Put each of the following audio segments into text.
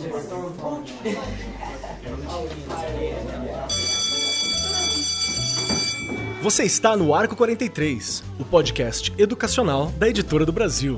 Você está no Arco 43, o podcast educacional da Editora do Brasil.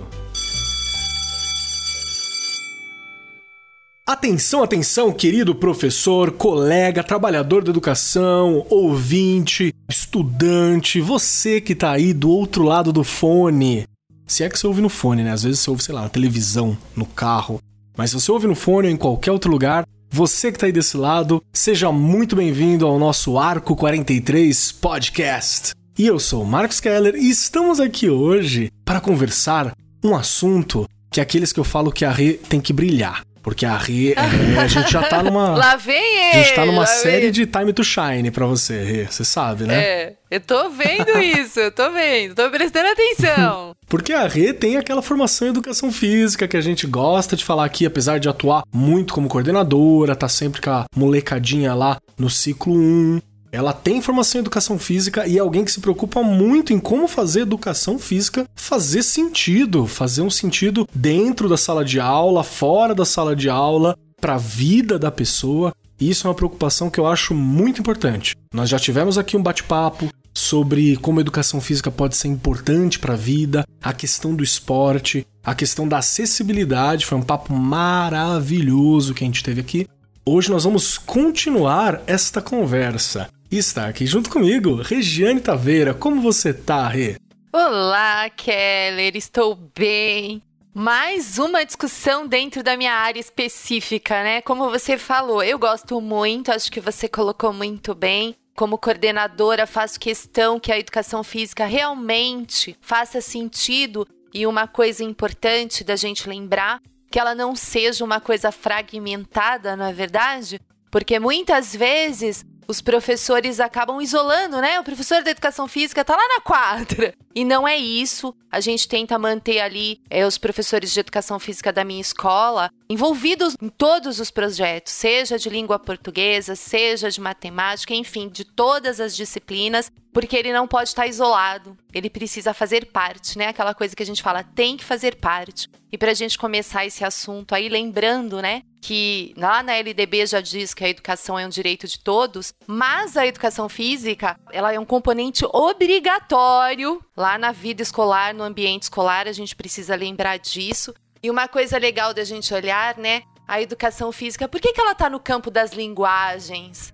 Atenção, atenção, querido professor, colega, trabalhador da educação, ouvinte, estudante, você que tá aí do outro lado do fone. Se é que você ouve no fone, né? Às vezes você ouve, sei lá, na televisão, no carro. Mas se você ouve no fone ou em qualquer outro lugar, você que tá aí desse lado, seja muito bem-vindo ao nosso Arco 43 Podcast. E eu sou o Marcos Keller e estamos aqui hoje para conversar um assunto que é aqueles que eu falo que a Rê tem que brilhar. Porque a Rê, a gente já tá numa... Lá vem ele! A gente tá numa série de Time to Shine pra você, Rê. Você sabe, né? É, eu tô vendo isso, tô prestando atenção. Porque a Rê tem aquela formação em educação física que a gente gosta de falar aqui, apesar de atuar muito como coordenadora, tá sempre com a molecadinha lá no ciclo 1. Ela tem formação em educação física e é alguém que se preocupa muito em como fazer educação física fazer sentido, fazer um sentido dentro da sala de aula, fora da sala de aula, para a vida da pessoa. E isso é uma preocupação que eu acho muito importante. Nós já tivemos aqui um bate-papo sobre como a educação física pode ser importante para a vida, a questão do esporte, a questão da acessibilidade. Foi um papo maravilhoso que a gente teve aqui. Hoje nós vamos continuar esta conversa. E está aqui junto comigo, Regiane Taveira. Como você tá, Rê? Olá, Keller, estou bem. Mais uma discussão dentro da minha área específica, né? Como você falou, eu gosto muito, acho que você colocou muito bem. Como coordenadora, faço questão que a educação física realmente faça sentido. E uma coisa importante da gente lembrar, que ela não seja uma coisa fragmentada, não é verdade? Porque muitas vezes os professores acabam isolando, né? O professor da educação física tá lá na quadra. E não é isso. A gente tenta manter ali os professores de educação física da minha escola envolvidos em todos os projetos, seja de língua portuguesa, seja de matemática, enfim, de todas as disciplinas, porque ele não pode estar isolado. Ele precisa fazer parte, né? Aquela coisa que a gente fala, tem que fazer parte. E pra gente começar esse assunto aí, lembrando, né, que lá na LDB já diz que a educação é um direito de todos, mas a educação física, ela é um componente obrigatório lá na vida escolar, no ambiente escolar, a gente precisa lembrar disso. E uma coisa legal da gente olhar, né, a educação física, por que ela tá no campo das linguagens?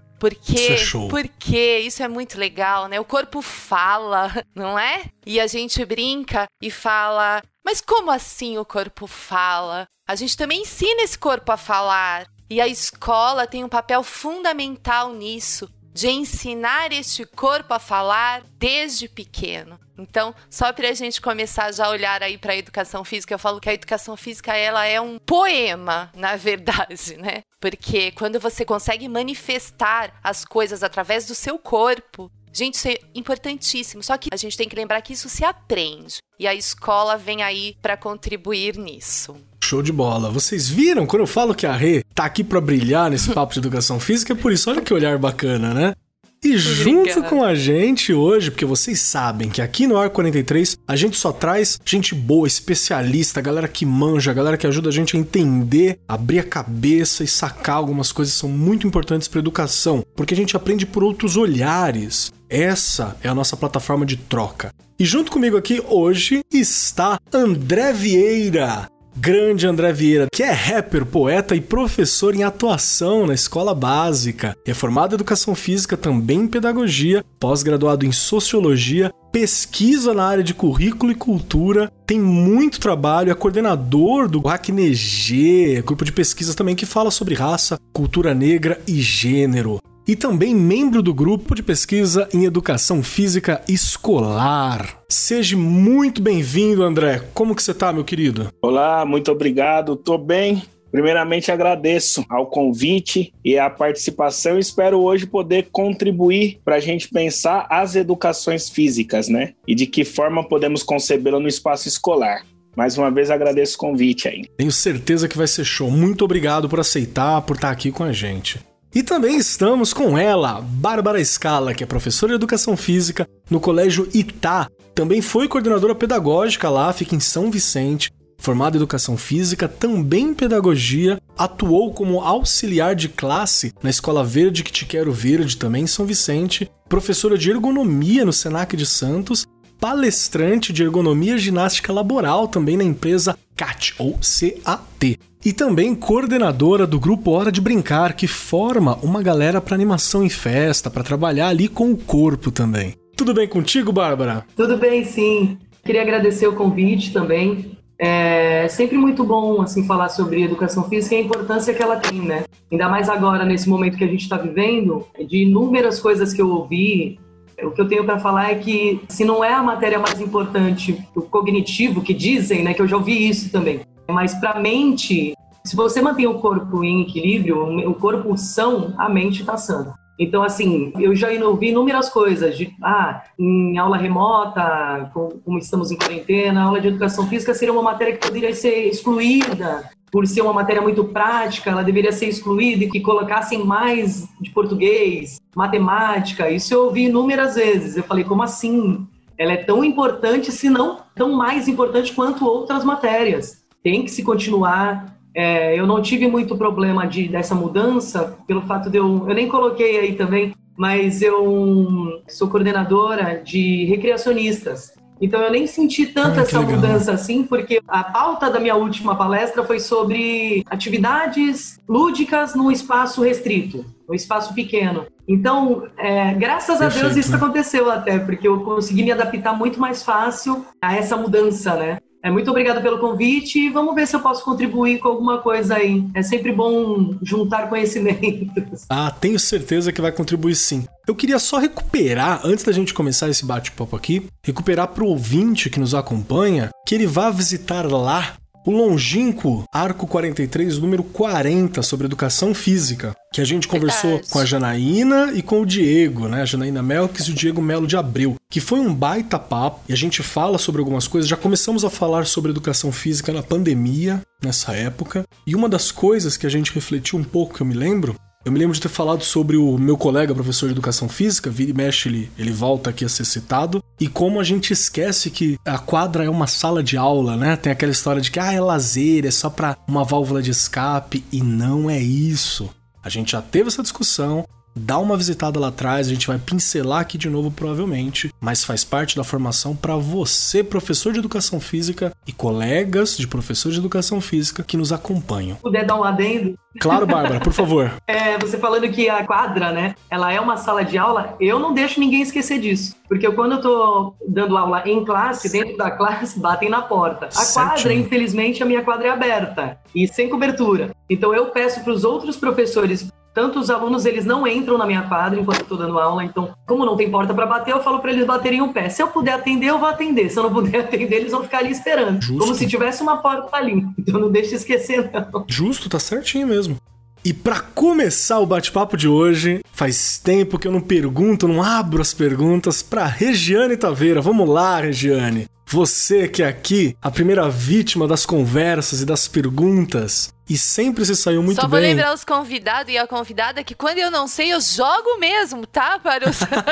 Porque isso é muito legal, né? O corpo fala, não é? E a gente brinca e fala, mas como assim o corpo fala? A gente também ensina esse corpo a falar. E a escola tem um papel fundamental nisso, de ensinar este corpo a falar desde pequeno. Então, só para a gente começar já a olhar aí para a educação física, eu falo que a educação física ela é um poema, na verdade, né? Porque quando você consegue manifestar as coisas através do seu corpo, gente, isso é importantíssimo. Só que a gente tem que lembrar que isso se aprende. E a escola vem aí para contribuir nisso. Show de bola. Vocês viram quando eu falo que a Rê tá aqui pra brilhar nesse papo de educação física? É por isso, olha que olhar bacana, né? E junto com a gente hoje, porque vocês sabem que aqui no Arco 43 a gente só traz gente boa, especialista, galera que manja, galera que ajuda a gente a entender, abrir a cabeça e sacar algumas coisas que são muito importantes pra educação, porque a gente aprende por outros olhares. Essa é a nossa plataforma de troca. E junto comigo aqui hoje está André Vieira. Grande André Vieira, que é rapper, poeta e professor em atuação na escola básica. É formado em educação física, também em pedagogia, pós-graduado em sociologia, pesquisa na área de currículo e cultura, tem muito trabalho, é coordenador do ACNEG, grupo de pesquisa também que fala sobre raça, cultura negra e gênero. E também membro do grupo de pesquisa em educação física escolar. Seja muito bem-vindo, André. Como que você tá, meu querido? Olá, muito obrigado. Tô bem. Primeiramente, agradeço ao convite e à participação. Espero hoje poder contribuir para a gente pensar as educações físicas, né? E de que forma podemos concebê-la no espaço escolar. Mais uma vez, agradeço o convite aí. Tenho certeza que vai ser show. Muito obrigado por aceitar, por estar aqui com a gente. E também estamos com ela, Bárbara Scala, que é professora de Educação Física no Colégio Itá. Também foi coordenadora pedagógica lá, fica em São Vicente. Formada em Educação Física, também em Pedagogia, atuou como auxiliar de classe na Escola Verde Que Te Quero Verde também em São Vicente, professora de ergonomia no Senac de Santos, palestrante de ergonomia e ginástica laboral também na empresa CAT, ou CAT. E também coordenadora do grupo Hora de Brincar, que forma uma galera para animação em festa, para trabalhar ali com o corpo também. Tudo bem contigo, Bárbara? Tudo bem, sim. Queria agradecer o convite também. É sempre muito bom assim, falar sobre educação física e a importância que ela tem, né? Ainda mais agora, nesse momento que a gente está vivendo, de inúmeras coisas que eu ouvi. O que eu tenho para falar é que, se não é a matéria mais importante, o cognitivo, que dizem, né, que eu já ouvi isso também, mas para a mente, se você mantém o corpo em equilíbrio, o corpo são, a mente está sã. Então, assim, eu já ouvi inúmeras coisas, em aula remota, como estamos em quarentena, a aula de educação física seria uma matéria que poderia ser excluída, por ser uma matéria muito prática, ela deveria ser excluída e que colocassem mais de português, matemática. Isso eu ouvi inúmeras vezes. Eu falei, como assim? Ela é tão importante, se não tão mais importante quanto outras matérias. Tem que se continuar. Eu não tive muito problema dessa mudança, pelo fato de eu nem coloquei aí também, mas eu sou coordenadora de recreacionistas. Então eu nem senti tanto essa mudança assim, porque a pauta da minha última palestra foi sobre atividades lúdicas num espaço restrito, num espaço pequeno. Então, graças a Deus isso aconteceu até, porque eu consegui me adaptar muito mais fácil a essa mudança, né? Muito obrigada pelo convite e vamos ver se eu posso contribuir com alguma coisa aí. É sempre bom juntar conhecimentos. Tenho certeza que vai contribuir sim. Eu queria só recuperar, antes da gente começar esse bate-papo aqui, recuperar para o ouvinte que nos acompanha, que ele vá visitar lá o longínquo Arco 43, número 40, sobre educação física, que a gente conversou com a Janaína e com o Diego, né? A Janaína Melques e o Diego Melo de Abreu, que foi um baita papo, e a gente fala sobre algumas coisas. Já começamos a falar sobre educação física na pandemia, nessa época, e uma das coisas que a gente refletiu um pouco, que eu me lembro de ter falado sobre o meu colega, professor de educação física, vira e mexe, ele volta aqui a ser citado, e como a gente esquece que a quadra é uma sala de aula, né? Tem aquela história de que é lazer, é só pra uma válvula de escape, e não é isso. A gente já teve essa discussão, dá uma visitada lá atrás, a gente vai pincelar aqui de novo provavelmente, mas faz parte da formação para você, professor de educação física e colegas de professor de educação física que nos acompanham. Puder dar um adendo? Claro, Bárbara, por favor. Você falando que a quadra, né, ela é uma sala de aula, eu não deixo ninguém esquecer disso, porque quando eu tô dando aula em classe, dentro da classe, batem na porta. A quadra, infelizmente, a minha quadra é aberta e sem cobertura. Então eu peço para os outros professores, tanto os alunos, eles não entram na minha quadra enquanto eu estou dando aula, então, como não tem porta para bater, eu falo para eles baterem o pé. Se eu puder atender, eu vou atender. Se eu não puder atender, eles vão ficar ali esperando. Justo. Como se tivesse uma porta ali. Então não deixe de esquecer, não. Justo, tá certinho mesmo. E para começar o bate-papo de hoje, faz tempo que eu não abro as perguntas para Regiane Taveira. Vamos lá, Regiane. Você que é aqui a primeira vítima das conversas e das perguntas e sempre se saiu muito bem. Só vou lembrar os convidados e a convidada que quando eu não sei, eu jogo mesmo, tá? Para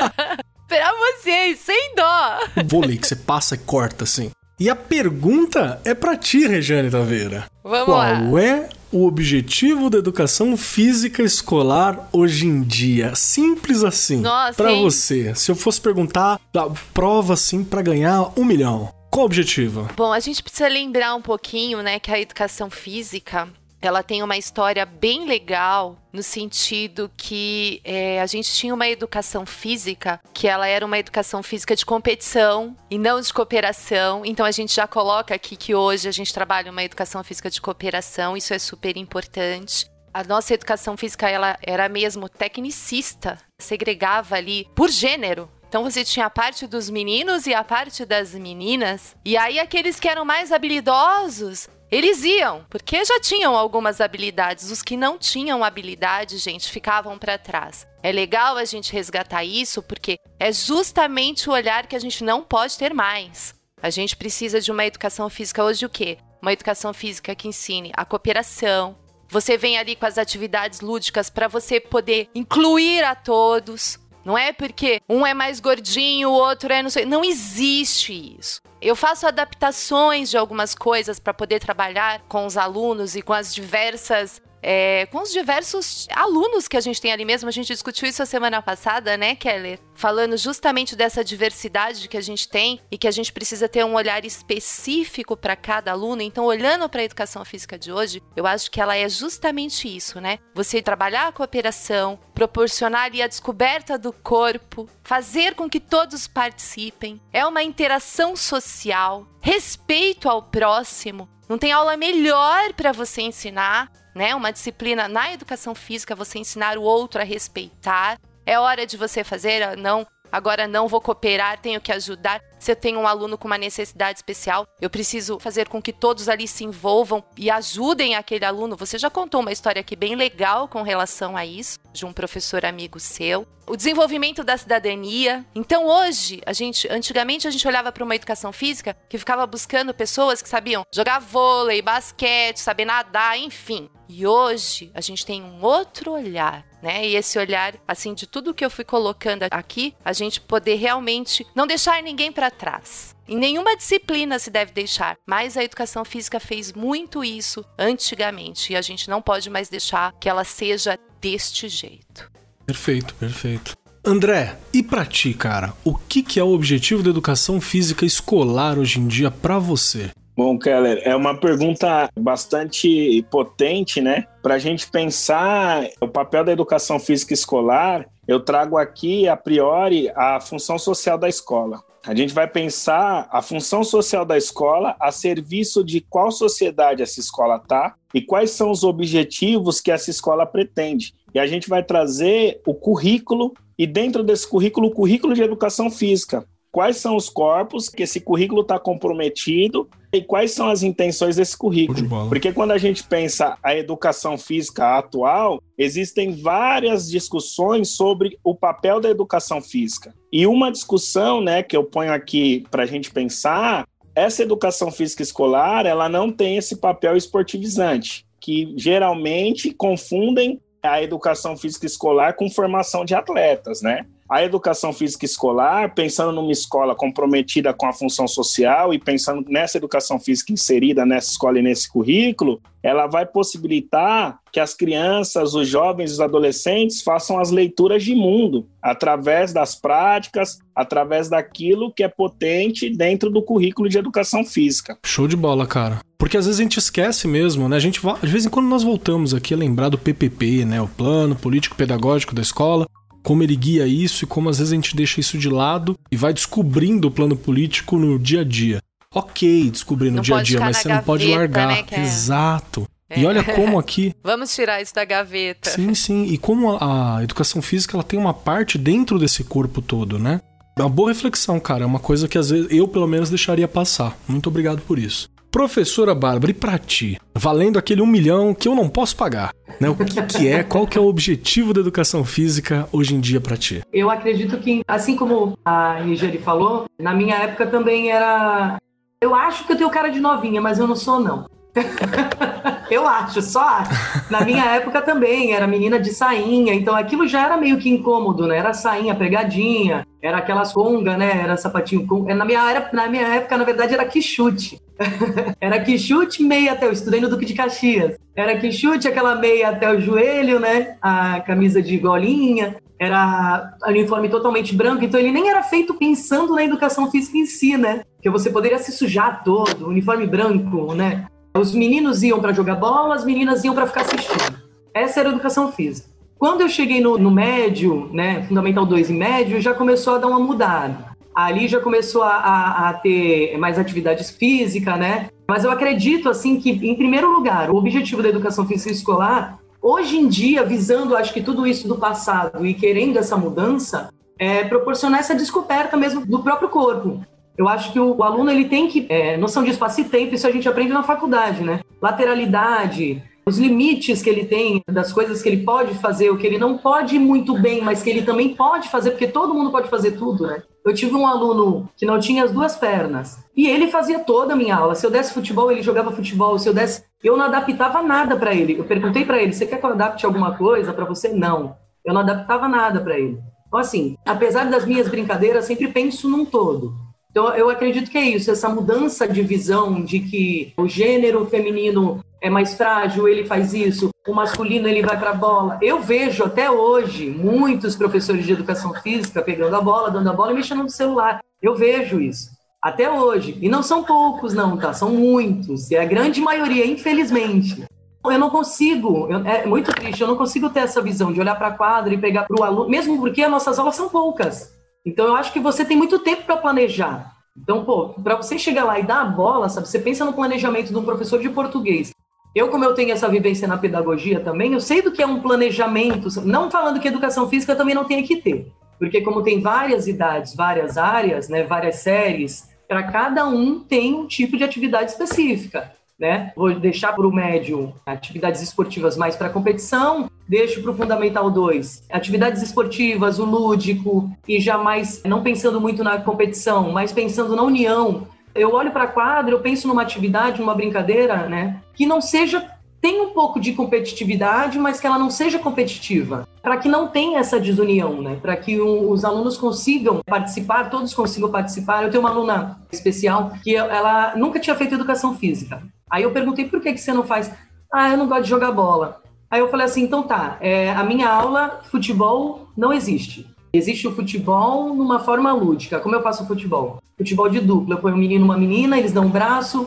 vocês, sem dó. Vou ler que você passa e corta assim. E a pergunta é pra ti, Regiane Taveira. Vamos lá. Qual é o objetivo da educação física escolar hoje em dia? Simples assim. Nossa, pra você. Se eu fosse perguntar, prova assim pra ganhar 1 milhão. Qual o objetivo? Bom, a gente precisa lembrar um pouquinho, né, que a educação física, ela tem uma história bem legal no sentido que a gente tinha uma educação física que ela era uma educação física de competição e não de cooperação. Então a gente já coloca aqui que hoje a gente trabalha uma educação física de cooperação, isso é super importante. A nossa educação física ela era mesmo tecnicista, segregava ali por gênero. Então você tinha a parte dos meninos e a parte das meninas. E aí aqueles que eram mais habilidosos, eles iam, porque já tinham algumas habilidades. Os que não tinham habilidade, gente, ficavam para trás. É legal a gente resgatar isso, porque é justamente o olhar que a gente não pode ter mais. A gente precisa de uma educação física hoje o quê? Uma educação física que ensine a cooperação. Você vem ali com as atividades lúdicas para você poder incluir a todos. Não é porque um é mais gordinho, o outro é não sei. Não existe isso. Eu faço adaptações de algumas coisas para poder trabalhar com os alunos e com as diversas com os diversos alunos que a gente tem ali mesmo. A gente discutiu isso a semana passada, né, Keller? Falando justamente dessa diversidade que a gente tem e que a gente precisa ter um olhar específico para cada aluno. Então, olhando para a educação física de hoje, eu acho que ela é justamente isso, né? Você trabalhar a cooperação, proporcionar ali a descoberta do corpo, fazer com que todos participem. É uma interação social, respeito ao próximo. Não tem aula melhor para você ensinar, né? Uma disciplina na educação física, você ensinar o outro a respeitar. É hora de você fazer, agora não vou cooperar, tenho que ajudar. Se eu tenho um aluno com uma necessidade especial, eu preciso fazer com que todos ali se envolvam e ajudem aquele aluno. Você já contou uma história aqui bem legal com relação a isso, de um professor amigo seu. O desenvolvimento da cidadania. Então hoje, antigamente a gente olhava para uma educação física que ficava buscando pessoas que sabiam jogar vôlei, basquete, saber nadar, enfim. E hoje a gente tem um outro olhar, né? E esse olhar, assim, de tudo que eu fui colocando aqui, a gente poder realmente não deixar ninguém para trás. Em nenhuma disciplina se deve deixar, mas a educação física fez muito isso antigamente e a gente não pode mais deixar que ela seja deste jeito. Perfeito, perfeito. André, e pra ti, cara, o que é o objetivo da educação física escolar hoje em dia pra você? Bom, Keller, é uma pergunta bastante potente, né? Para a gente pensar o papel da educação física escolar, eu trago aqui, a priori, a função social da escola. A gente vai pensar a função social da escola a serviço de qual sociedade essa escola está e quais são os objetivos que essa escola pretende. E a gente vai trazer o currículo e dentro desse currículo, o currículo de educação física. Quais são os corpos que esse currículo está comprometido e quais são as intenções desse currículo. Porque quando a gente pensa a educação física atual, existem várias discussões sobre o papel da educação física. E uma discussão, né, que eu ponho aqui para a gente pensar, essa educação física escolar, ela não tem esse papel esportivizante, que geralmente confundem a educação física escolar com formação de atletas, né? A educação física escolar, pensando numa escola comprometida com a função social e pensando nessa educação física inserida nessa escola e nesse currículo, ela vai possibilitar que as crianças, os jovens, os adolescentes façam as leituras de mundo através das práticas, através daquilo que é potente dentro do currículo de educação física. Show de bola, cara. Porque às vezes a gente esquece mesmo, né? De vez em quando nós voltamos aqui a lembrar do PPP, né? O Plano Político Pedagógico da Escola, como ele guia isso e como às vezes a gente deixa isso de lado e vai descobrindo o plano político no dia a dia. Ok, descobrir no dia a dia, mas você não pode largar. Né, Exato. E olha como aqui... Vamos tirar isso da gaveta. Sim, sim. E como a educação física ela tem uma parte dentro desse corpo todo, né? É uma boa reflexão, cara. É uma coisa que às vezes eu, pelo menos, deixaria passar. Muito obrigado por isso. Professora Bárbara, e pra ti? Valendo aquele 1 milhão que eu não posso pagar, né? O que é? Qual que é o objetivo da educação física hoje em dia pra ti? Eu acredito que, assim como a Nigeri falou, na minha época também era... Eu acho que eu tenho cara de novinha, mas eu não sou, não. Eu acho, só acho. Na minha época também, era menina de sainha, então aquilo já era meio que incômodo, né? Era sainha pegadinha, era aquelas conga, né? Era sapatinho conga. Na minha época, na verdade, era quichute. Era quichute, meia até... Eu estudei no Duque de Caxias. Era quichute, aquela meia até o joelho, né? A camisa de golinha. Era uniforme totalmente branco, então ele nem era feito pensando na educação física em si, né? Que você poderia se sujar todo, uniforme branco, né? Os meninos iam para jogar bola, as meninas iam para ficar assistindo. Essa era a educação física. Quando eu cheguei no médio, né, Fundamental 2 e médio, já começou a dar uma mudada. Ali já começou a ter mais atividades físicas, né? Mas eu acredito, assim, que, em primeiro lugar, o objetivo da educação física escolar, hoje em dia, visando, acho que tudo isso do passado e querendo essa mudança, é proporcionar essa descoberta mesmo do próprio corpo. Eu acho que o aluno ele tem que... noção de espaço e tempo, isso a gente aprende na faculdade, né? Lateralidade, os limites que ele tem, das coisas que ele pode fazer, o que ele não pode muito bem, mas que ele também pode fazer, porque todo mundo pode fazer tudo, né? Eu tive um aluno que não tinha as 2 pernas, e ele fazia toda a minha aula. Se eu desse futebol, ele jogava futebol. Se eu desse... Eu não adaptava nada para ele. Eu perguntei para ele, você quer que eu adapte alguma coisa para você? Não. Eu não adaptava nada para ele. Então, assim, apesar das minhas brincadeiras, sempre penso num todo. Então, eu acredito que é isso, essa mudança de visão de que o gênero feminino é mais frágil, ele faz isso, o masculino ele vai para a bola. Eu vejo até hoje muitos professores de educação física pegando a bola, dando a bola e mexendo no celular. Eu vejo isso, até hoje. E não são poucos não, tá? São muitos, e a grande maioria, infelizmente. Eu não consigo, é muito triste, eu não consigo ter essa visão de olhar para a quadra e pegar para o aluno, mesmo porque as nossas aulas são poucas. Então, eu acho que você tem muito tempo para planejar. Então, para você chegar lá e dar a bola, sabe? Você pensa no planejamento de um professor de português. Como eu tenho essa vivência na pedagogia também, eu sei do que é um planejamento. Não falando que educação física também não tem que ter. Porque como tem várias idades, várias áreas, né, várias séries, para cada um tem um tipo de atividade específica. Né? Vou deixar para o médio atividades esportivas mais para competição, deixo para o Fundamental 2 atividades esportivas, o lúdico, e jamais não pensando muito na competição, mas pensando na união. Eu olho para a quadra, eu penso numa atividade, numa brincadeira, né, que não seja, tem um pouco de competitividade, mas que ela não seja competitiva, para que não tenha essa desunião, né, para que os alunos consigam participar, todos consigam participar. Eu tenho uma aluna especial que ela nunca tinha feito educação física. Aí eu perguntei, por que você não faz? Eu não gosto de jogar bola. Aí eu falei assim, então tá, a minha aula, futebol não existe. Existe o futebol numa forma lúdica. Como eu faço futebol? Futebol de dupla. Eu ponho um menino e uma menina, eles dão um braço,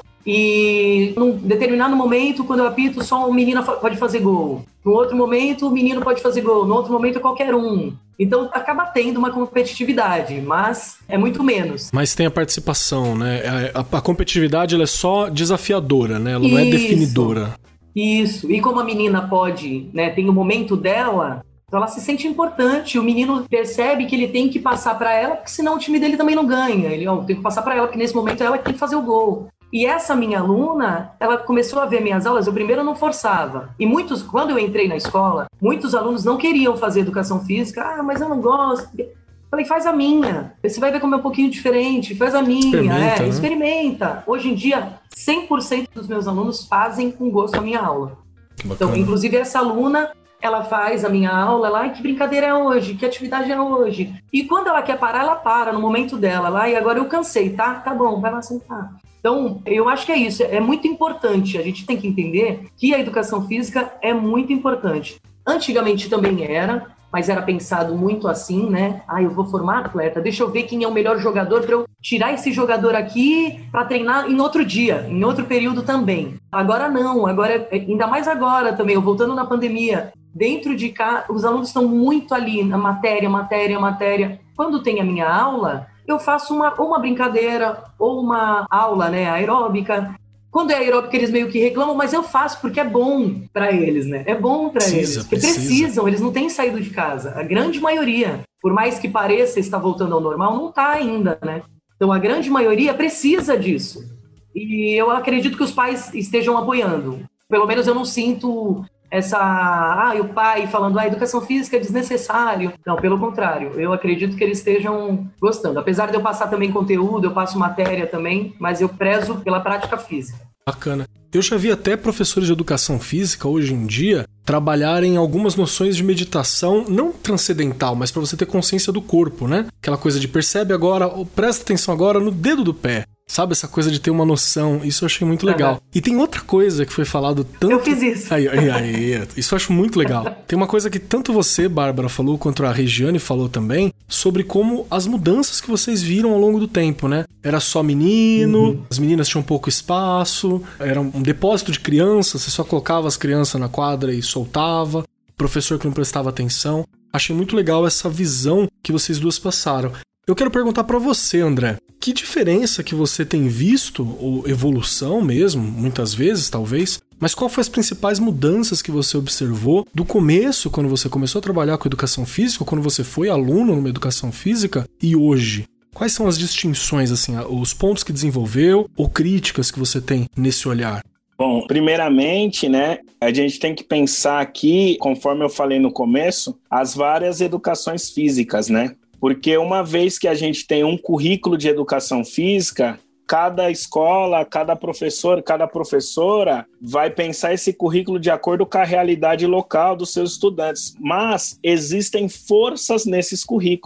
e num determinado momento, quando eu apito, só uma menina pode fazer gol. No outro momento, o menino pode fazer gol. No outro momento, qualquer um. Então, acaba tendo uma competitividade, mas é muito menos. Mas tem a participação, né? A competitividade ela é só desafiadora, né? Ela não é definidora. Isso. E como a menina pode, né, tem o momento dela, então ela se sente importante. O menino percebe que ele tem que passar para ela, porque senão o time dele também não ganha. Ele tem que passar para ela, porque nesse momento ela tem que fazer o gol. E essa minha aluna, ela começou a ver minhas aulas, eu primeiro não forçava. E quando eu entrei na escola, muitos alunos não queriam fazer educação física. Mas eu não gosto. Falei, faz a minha. Você vai ver como é um pouquinho diferente. Faz a minha. Experimenta. Hoje em dia, 100% dos meus alunos fazem com gosto a minha aula. Então, inclusive essa aluna, ela faz a minha aula, que brincadeira é hoje? Que atividade é hoje? E quando ela quer parar, ela para no momento dela. E agora eu cansei, tá? Tá bom, vai lá sentar. Então, eu acho que é isso, é muito importante. A gente tem que entender que a educação física é muito importante. Antigamente também era, mas era pensado muito assim, né? Eu vou formar atleta, deixa eu ver quem é o melhor jogador para eu tirar esse jogador aqui para treinar em outro dia, em outro período também. Agora não, ainda mais agora também, eu voltando na pandemia, dentro de cá, os alunos estão muito ali na matéria. Quando tem a minha aula, eu faço uma brincadeira ou uma aula, né, aeróbica. Quando é aeróbica, eles meio que reclamam, mas eu faço porque é bom para eles, né? É bom para eles, porque precisam, eles não têm saído de casa. A grande maioria, por mais que pareça estar voltando ao normal, não está ainda, né? Então, a grande maioria precisa disso. E eu acredito que os pais estejam apoiando. Pelo menos eu não sinto o pai falando, a educação física é desnecessário. Não, pelo contrário, eu acredito que eles estejam gostando. Apesar de eu passar também conteúdo, eu passo matéria também, mas eu prezo pela prática física. Bacana. Eu já vi até professores de educação física, hoje em dia, trabalharem algumas noções de meditação, não transcendental, mas para você ter consciência do corpo, né? Aquela coisa de percebe agora, ou presta atenção agora no dedo do pé. Sabe, essa coisa de ter uma noção, isso eu achei muito legal. E tem outra coisa que foi falado tanto... Eu fiz isso. Aí, isso eu acho muito legal. Tem uma coisa que tanto você, Bárbara, falou, quanto a Regiane falou também, sobre como as mudanças que vocês viram ao longo do tempo, né? Era só menino, as meninas tinham pouco espaço, era um depósito de crianças, você só colocava as crianças na quadra e soltava, professor que não prestava atenção. Achei muito legal essa visão que vocês duas passaram. Eu quero perguntar pra você, André, que diferença que você tem visto, ou evolução mesmo, muitas vezes, talvez, mas qual foram as principais mudanças que você observou do começo, quando você começou a trabalhar com educação física, quando você foi aluno numa educação física, e hoje? Quais são as distinções, assim, os pontos que desenvolveu ou críticas que você tem nesse olhar? Bom, primeiramente, né, a gente tem que pensar aqui, conforme eu falei no começo, as várias educações físicas, né? Porque uma vez que a gente tem um currículo de educação física, cada escola, cada professor, cada professora vai pensar esse currículo de acordo com a realidade local dos seus estudantes. Mas existem forças nesses currículos.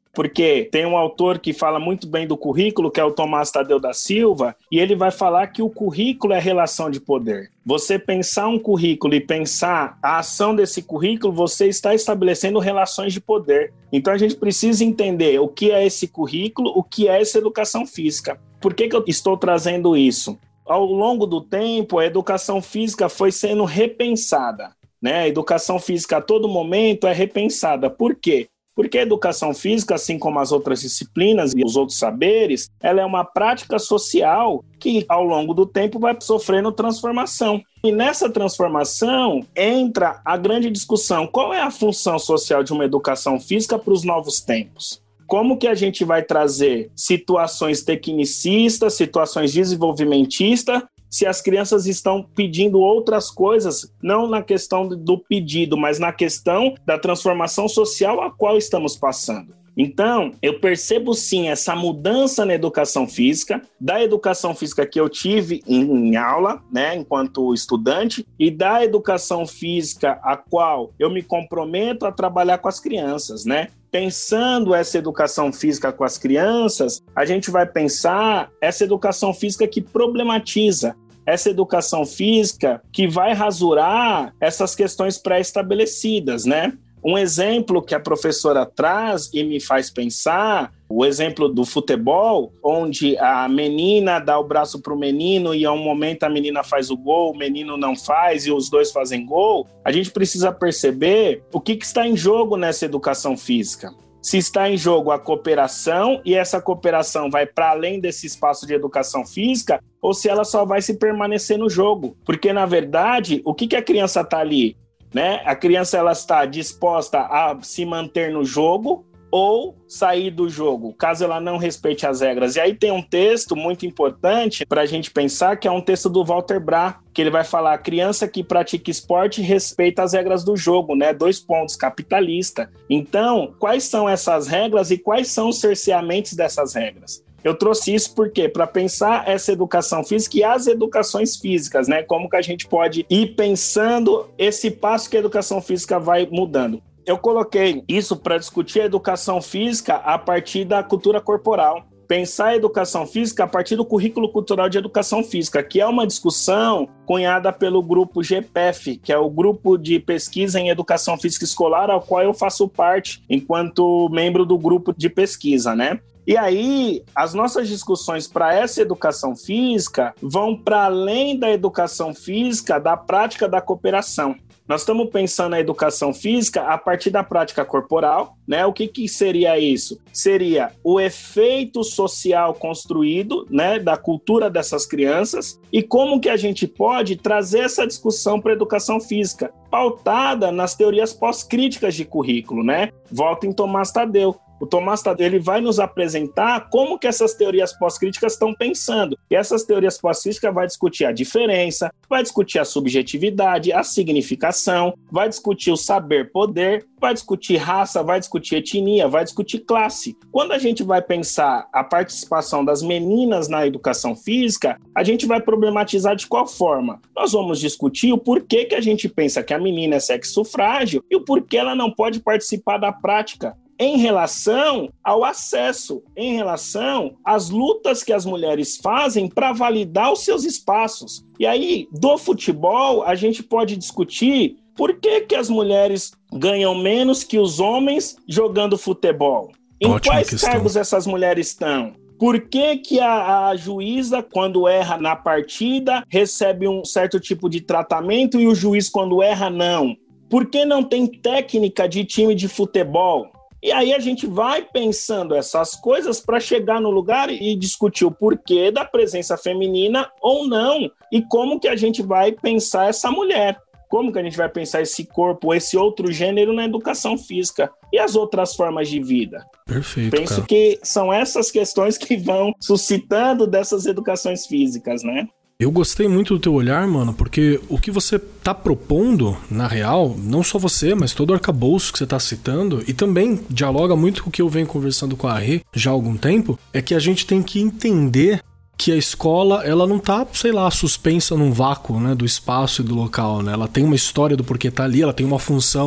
Porque tem um autor que fala muito bem do currículo, que é o Tomás Tadeu da Silva, e ele vai falar que o currículo é relação de poder. Você pensar um currículo e pensar a ação desse currículo, você está estabelecendo relações de poder. Então a gente precisa entender o que é esse currículo, o que é essa educação física. Por que eu estou trazendo isso? Ao longo do tempo, a educação física foi sendo repensada, né? A educação física a todo momento é repensada. Por quê? Porque a educação física, assim como as outras disciplinas e os outros saberes, ela é uma prática social que, ao longo do tempo, vai sofrendo transformação. E nessa transformação entra a grande discussão: qual é a função social de uma educação física para os novos tempos? Como que a gente vai trazer situações tecnicistas, situações desenvolvimentistas, se as crianças estão pedindo outras coisas, não na questão do pedido, mas na questão da transformação social a qual estamos passando. Então, eu percebo sim essa mudança na educação física, da educação física que eu tive em aula, né, enquanto estudante, e da educação física a qual eu me comprometo a trabalhar com as crianças, né? Pensando essa educação física com as crianças, a gente vai pensar essa educação física que problematiza, essa educação física que vai rasurar essas questões pré-estabelecidas, né? Um exemplo que a professora traz e me faz pensar, o exemplo do futebol, onde a menina dá o braço para o menino e a um momento a menina faz o gol, o menino não faz e os dois fazem gol, a gente precisa perceber o que está em jogo nessa educação física. Se está em jogo a cooperação e essa cooperação vai para além desse espaço de educação física, ou se ela só vai se permanecer no jogo. Porque, na verdade, o que a criança está ali? Né? A criança ela está disposta a se manter no jogo ou sair do jogo, caso ela não respeite as regras. E aí tem um texto muito importante para a gente pensar, que é um texto do Walter Brath, que ele vai falar: a criança que pratica esporte respeita as regras do jogo, né? 2 pontos, capitalista. Então, quais são essas regras e quais são os cerceamentos dessas regras? Eu trouxe isso porque para pensar essa educação física e as educações físicas, né? Como que a gente pode ir pensando esse passo que a educação física vai mudando. Eu coloquei isso para discutir a educação física a partir da cultura corporal. Pensar a educação física a partir do currículo cultural de educação física, que é uma discussão cunhada pelo grupo GPEF, que é o grupo de pesquisa em educação física escolar, ao qual eu faço parte enquanto membro do grupo de pesquisa, né? E aí, as nossas discussões para essa educação física vão para além da educação física, da prática da cooperação. Nós estamos pensando na educação física a partir da prática corporal, né? O que seria isso? Seria o efeito social construído, né, da cultura dessas crianças e como que a gente pode trazer essa discussão para a educação física, pautada nas teorias pós-críticas de currículo, né? Volta em Tomás Tadeu. O Tomás Tadeu ele vai nos apresentar como que essas teorias pós-críticas estão pensando. E essas teorias pós-críticas vai discutir a diferença, vai discutir a subjetividade, a significação, vai discutir o saber-poder, vai discutir raça, vai discutir etnia, vai discutir classe. Quando a gente vai pensar a participação das meninas na educação física, a gente vai problematizar de qual forma? Nós vamos discutir o porquê que a gente pensa que a menina é sexo frágil e o porquê ela não pode participar da prática, em relação ao acesso, em relação às lutas que as mulheres fazem para validar os seus espaços. E aí, do futebol, a gente pode discutir por que as mulheres ganham menos que os homens jogando futebol. Em quais cargos essas mulheres estão? Por que a juíza, quando erra na partida, recebe um certo tipo de tratamento e o juiz, quando erra, não? Por que não tem técnica de time de futebol? E aí a gente vai pensando essas coisas para chegar no lugar e discutir o porquê da presença feminina ou não, e como que a gente vai pensar essa mulher, como que a gente vai pensar esse corpo, esse outro gênero na educação física e as outras formas de vida. Perfeito, Penso cara. que são essas questões que vão suscitando dessas educações físicas, né? Eu gostei muito do teu olhar, mano, porque o que você tá propondo, na real, não só você, mas todo o arcabouço que você tá citando, e também dialoga muito com o que eu venho conversando com a Rê já há algum tempo, é que a gente tem que entender que a escola, ela não tá, sei lá, suspensa num vácuo, né, do espaço e do local, né? Ela tem uma história do porquê tá ali, ela tem uma função.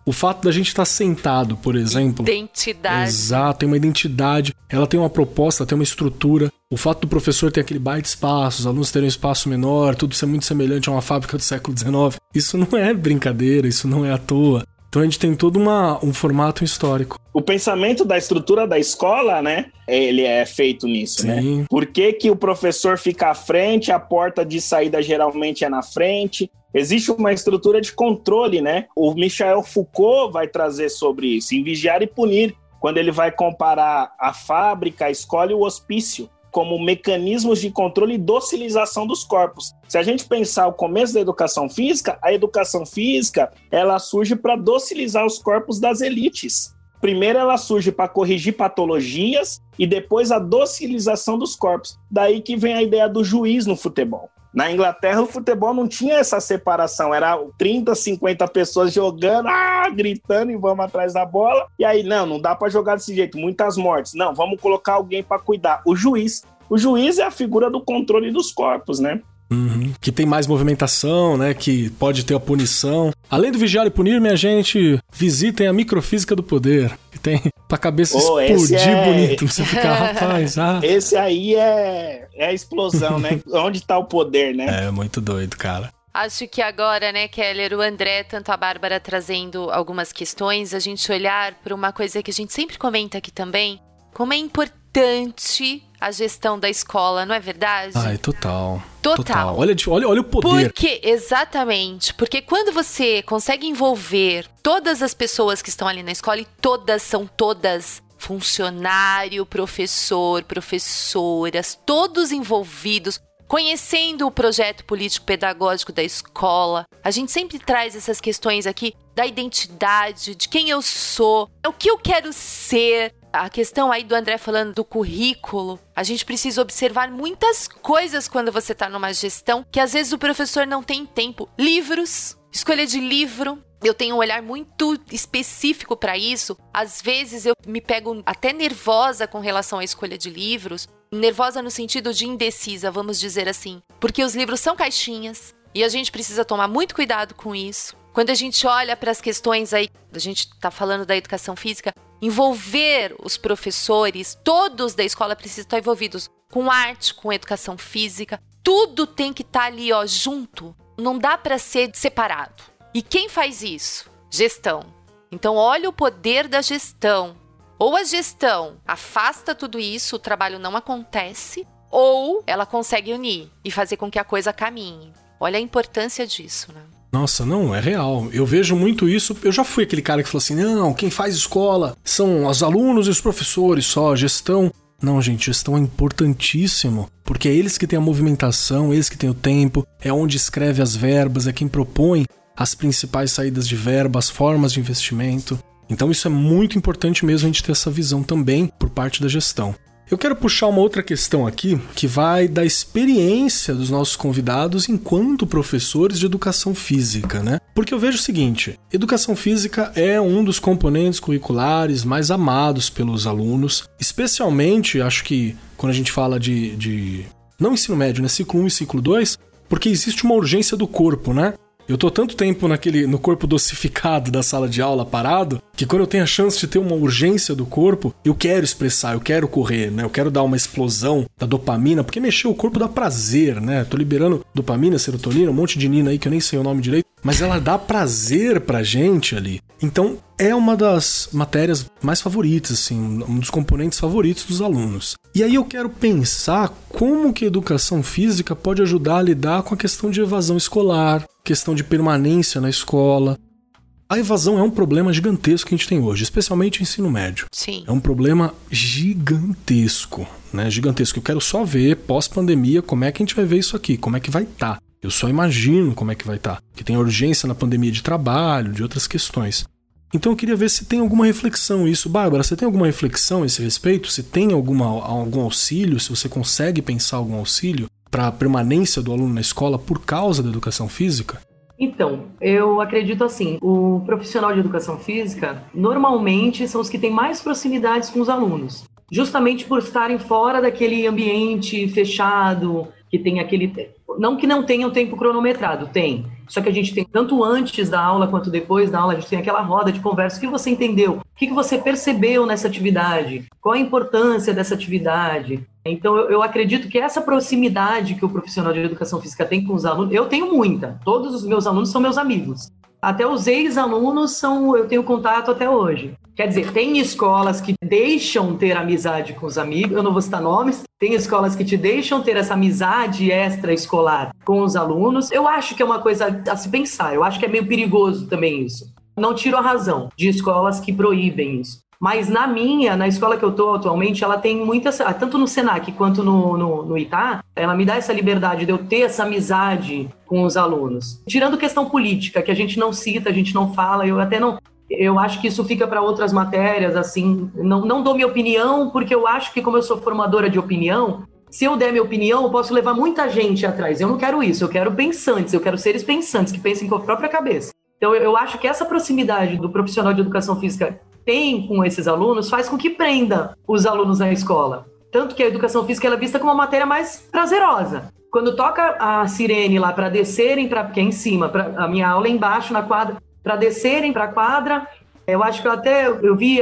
O fato da gente estar sentado, por exemplo... Identidade. Exato, tem uma identidade, ela tem uma proposta, tem uma estrutura. O fato do professor ter aquele baita espaço, os alunos terem um espaço menor, tudo ser muito semelhante a uma fábrica do século XIX, isso não é brincadeira, isso não é à toa. Então a gente tem todo um formato histórico. O pensamento da estrutura da escola, né? Ele é feito nisso, Sim. né? Por que o professor fica à frente, a porta de saída geralmente é na frente? Existe uma estrutura de controle, né? O Michel Foucault vai trazer sobre isso, em Vigiar e Punir, quando ele vai comparar a fábrica, a escola e o hospício como mecanismos de controle e docilização dos corpos. Se a gente pensar o começo da educação física, a educação física ela surge para docilizar os corpos das elites. Primeiro ela surge para corrigir patologias e depois a docilização dos corpos. Daí que vem a ideia do juiz no futebol. Na Inglaterra, o futebol não tinha essa separação. Era 30, 50 pessoas jogando, gritando e vamos atrás da bola. E aí, não dá para jogar desse jeito, muitas mortes. Não, vamos colocar alguém para cuidar. O juiz. O juiz é a figura do controle dos corpos, né? Uhum. Que tem mais movimentação, né? Que pode ter a punição. Além do Vigiar e Punir, minha gente, visitem a Microfísica do Poder. Que tem pra cabeça explodir bonito. Você fica, rapaz, Esse aí é a explosão, né? Onde tá o poder, né? É muito doido, cara. Acho que agora, né, Keller, o André, tanto a Bárbara trazendo algumas questões, a gente olhar para uma coisa que a gente sempre comenta aqui também, como é importante a gestão da escola, não é verdade? Total. Olha o poder. Exatamente. Porque quando você consegue envolver todas as pessoas que estão ali na escola, e todas são todas funcionário, professor, professoras, todos envolvidos, conhecendo o projeto político-pedagógico da escola. A gente sempre traz essas questões aqui da identidade, de quem eu sou, o que eu quero ser. A questão aí do André falando do currículo, a gente precisa observar muitas coisas quando você está numa gestão que às vezes o professor não tem tempo. Livros, escolha de livro. Eu tenho um olhar muito específico para isso. Às vezes eu me pego até nervosa com relação à escolha de livros. Nervosa no sentido de indecisa, vamos dizer assim. Porque os livros são caixinhas e a gente precisa tomar muito cuidado com isso. Quando a gente olha para as questões aí, a gente está falando da educação física, envolver os professores, todos da escola precisam estar envolvidos com arte, com educação física. Tudo tem que estar ali, junto. Não dá para ser separado. E quem faz isso? Gestão. Então, olha o poder da gestão. Ou a gestão afasta tudo isso, o trabalho não acontece, ou ela consegue unir e fazer com que a coisa caminhe. Olha a importância disso, né? Nossa, não, é real. Eu vejo muito isso. Eu já fui aquele cara que falou assim, não, quem faz escola são os alunos e os professores só, gestão. Não, gente, gestão é importantíssimo, porque é eles que têm a movimentação, eles que têm o tempo, é onde escreve as verbas, é quem propõe as principais saídas de verba, as formas de investimento. Então isso é muito importante mesmo a gente ter essa visão também por parte da gestão. Eu quero puxar uma outra questão aqui, que vai da experiência dos nossos convidados enquanto professores de educação física, né? Porque eu vejo o seguinte, educação física é um dos componentes curriculares mais amados pelos alunos, especialmente, acho que quando a gente fala de não ensino médio, né? Ciclo 1 e ciclo 2, porque existe uma urgência do corpo, né? Eu tô tanto tempo no corpo dosificado da sala de aula parado, que quando eu tenho a chance de ter uma urgência do corpo, eu quero expressar, eu quero correr, né? Eu quero dar uma explosão da dopamina, porque mexer o corpo dá prazer, né? Tô liberando dopamina, serotonina, um monte de nina aí que eu nem sei o nome direito, mas ela dá prazer pra gente ali. Então, é uma das matérias mais favoritas, assim, um dos componentes favoritos dos alunos. E aí eu quero pensar como que a educação física pode ajudar a lidar com a questão de evasão escolar, questão de permanência na escola. A evasão é um problema gigantesco que a gente tem hoje, especialmente o ensino médio. Sim. É um problema gigantesco, né? Gigantesco. Eu quero só ver, pós-pandemia, como é que a gente vai ver isso aqui, como é que vai estar. Eu só imagino como é que vai estar. Que tem urgência na pandemia de trabalho, de outras questões. Então eu queria ver se tem alguma reflexão isso. Bárbara, você tem alguma reflexão a esse respeito? Se tem algum auxílio, se você consegue pensar algum auxílio para a permanência do aluno na escola por causa da educação física? Então, eu acredito assim, o profissional de educação física, normalmente são os que têm mais proximidades com os alunos. Justamente por estarem fora daquele ambiente fechado, que tem aquele... Não que não tenha o tempo cronometrado, tem. Só que a gente tem, tanto antes da aula quanto depois da aula, a gente tem aquela roda de conversa. O que você entendeu? O que você percebeu nessa atividade? Qual a importância dessa atividade? Então, eu acredito que essa proximidade que o profissional de educação física tem com os alunos, eu tenho muita. Todos os meus alunos são meus amigos. Até os ex-alunos eu tenho contato até hoje. Quer dizer, tem escolas que deixam ter amizade com os amigos, eu não vou citar nomes, tem escolas que te deixam ter essa amizade extra-escolar com os alunos. Eu acho que é uma coisa a se pensar, eu acho que é meio perigoso também isso. Não tiro a razão de escolas que proíbem isso. Mas na escola que eu estou atualmente, ela tem muitas, tanto no Senac quanto no Itá, ela me dá essa liberdade de eu ter essa amizade com os alunos. Tirando questão política, que a gente não cita, a gente não fala, eu acho que isso fica para outras matérias, assim, não dou minha opinião, porque eu acho que como eu sou formadora de opinião, se eu der minha opinião, eu posso levar muita gente atrás. Eu não quero isso, eu quero pensantes, eu quero seres pensantes, que pensem com a própria cabeça. Então eu acho que essa proximidade do profissional de educação física tem com esses alunos faz com que prenda os alunos na escola. Tanto que a educação física ela é vista como uma matéria mais prazerosa. Quando toca a sirene lá para descerem, porque é em cima, a minha aula é embaixo na quadra, para descerem para a quadra, eu acho que eu vi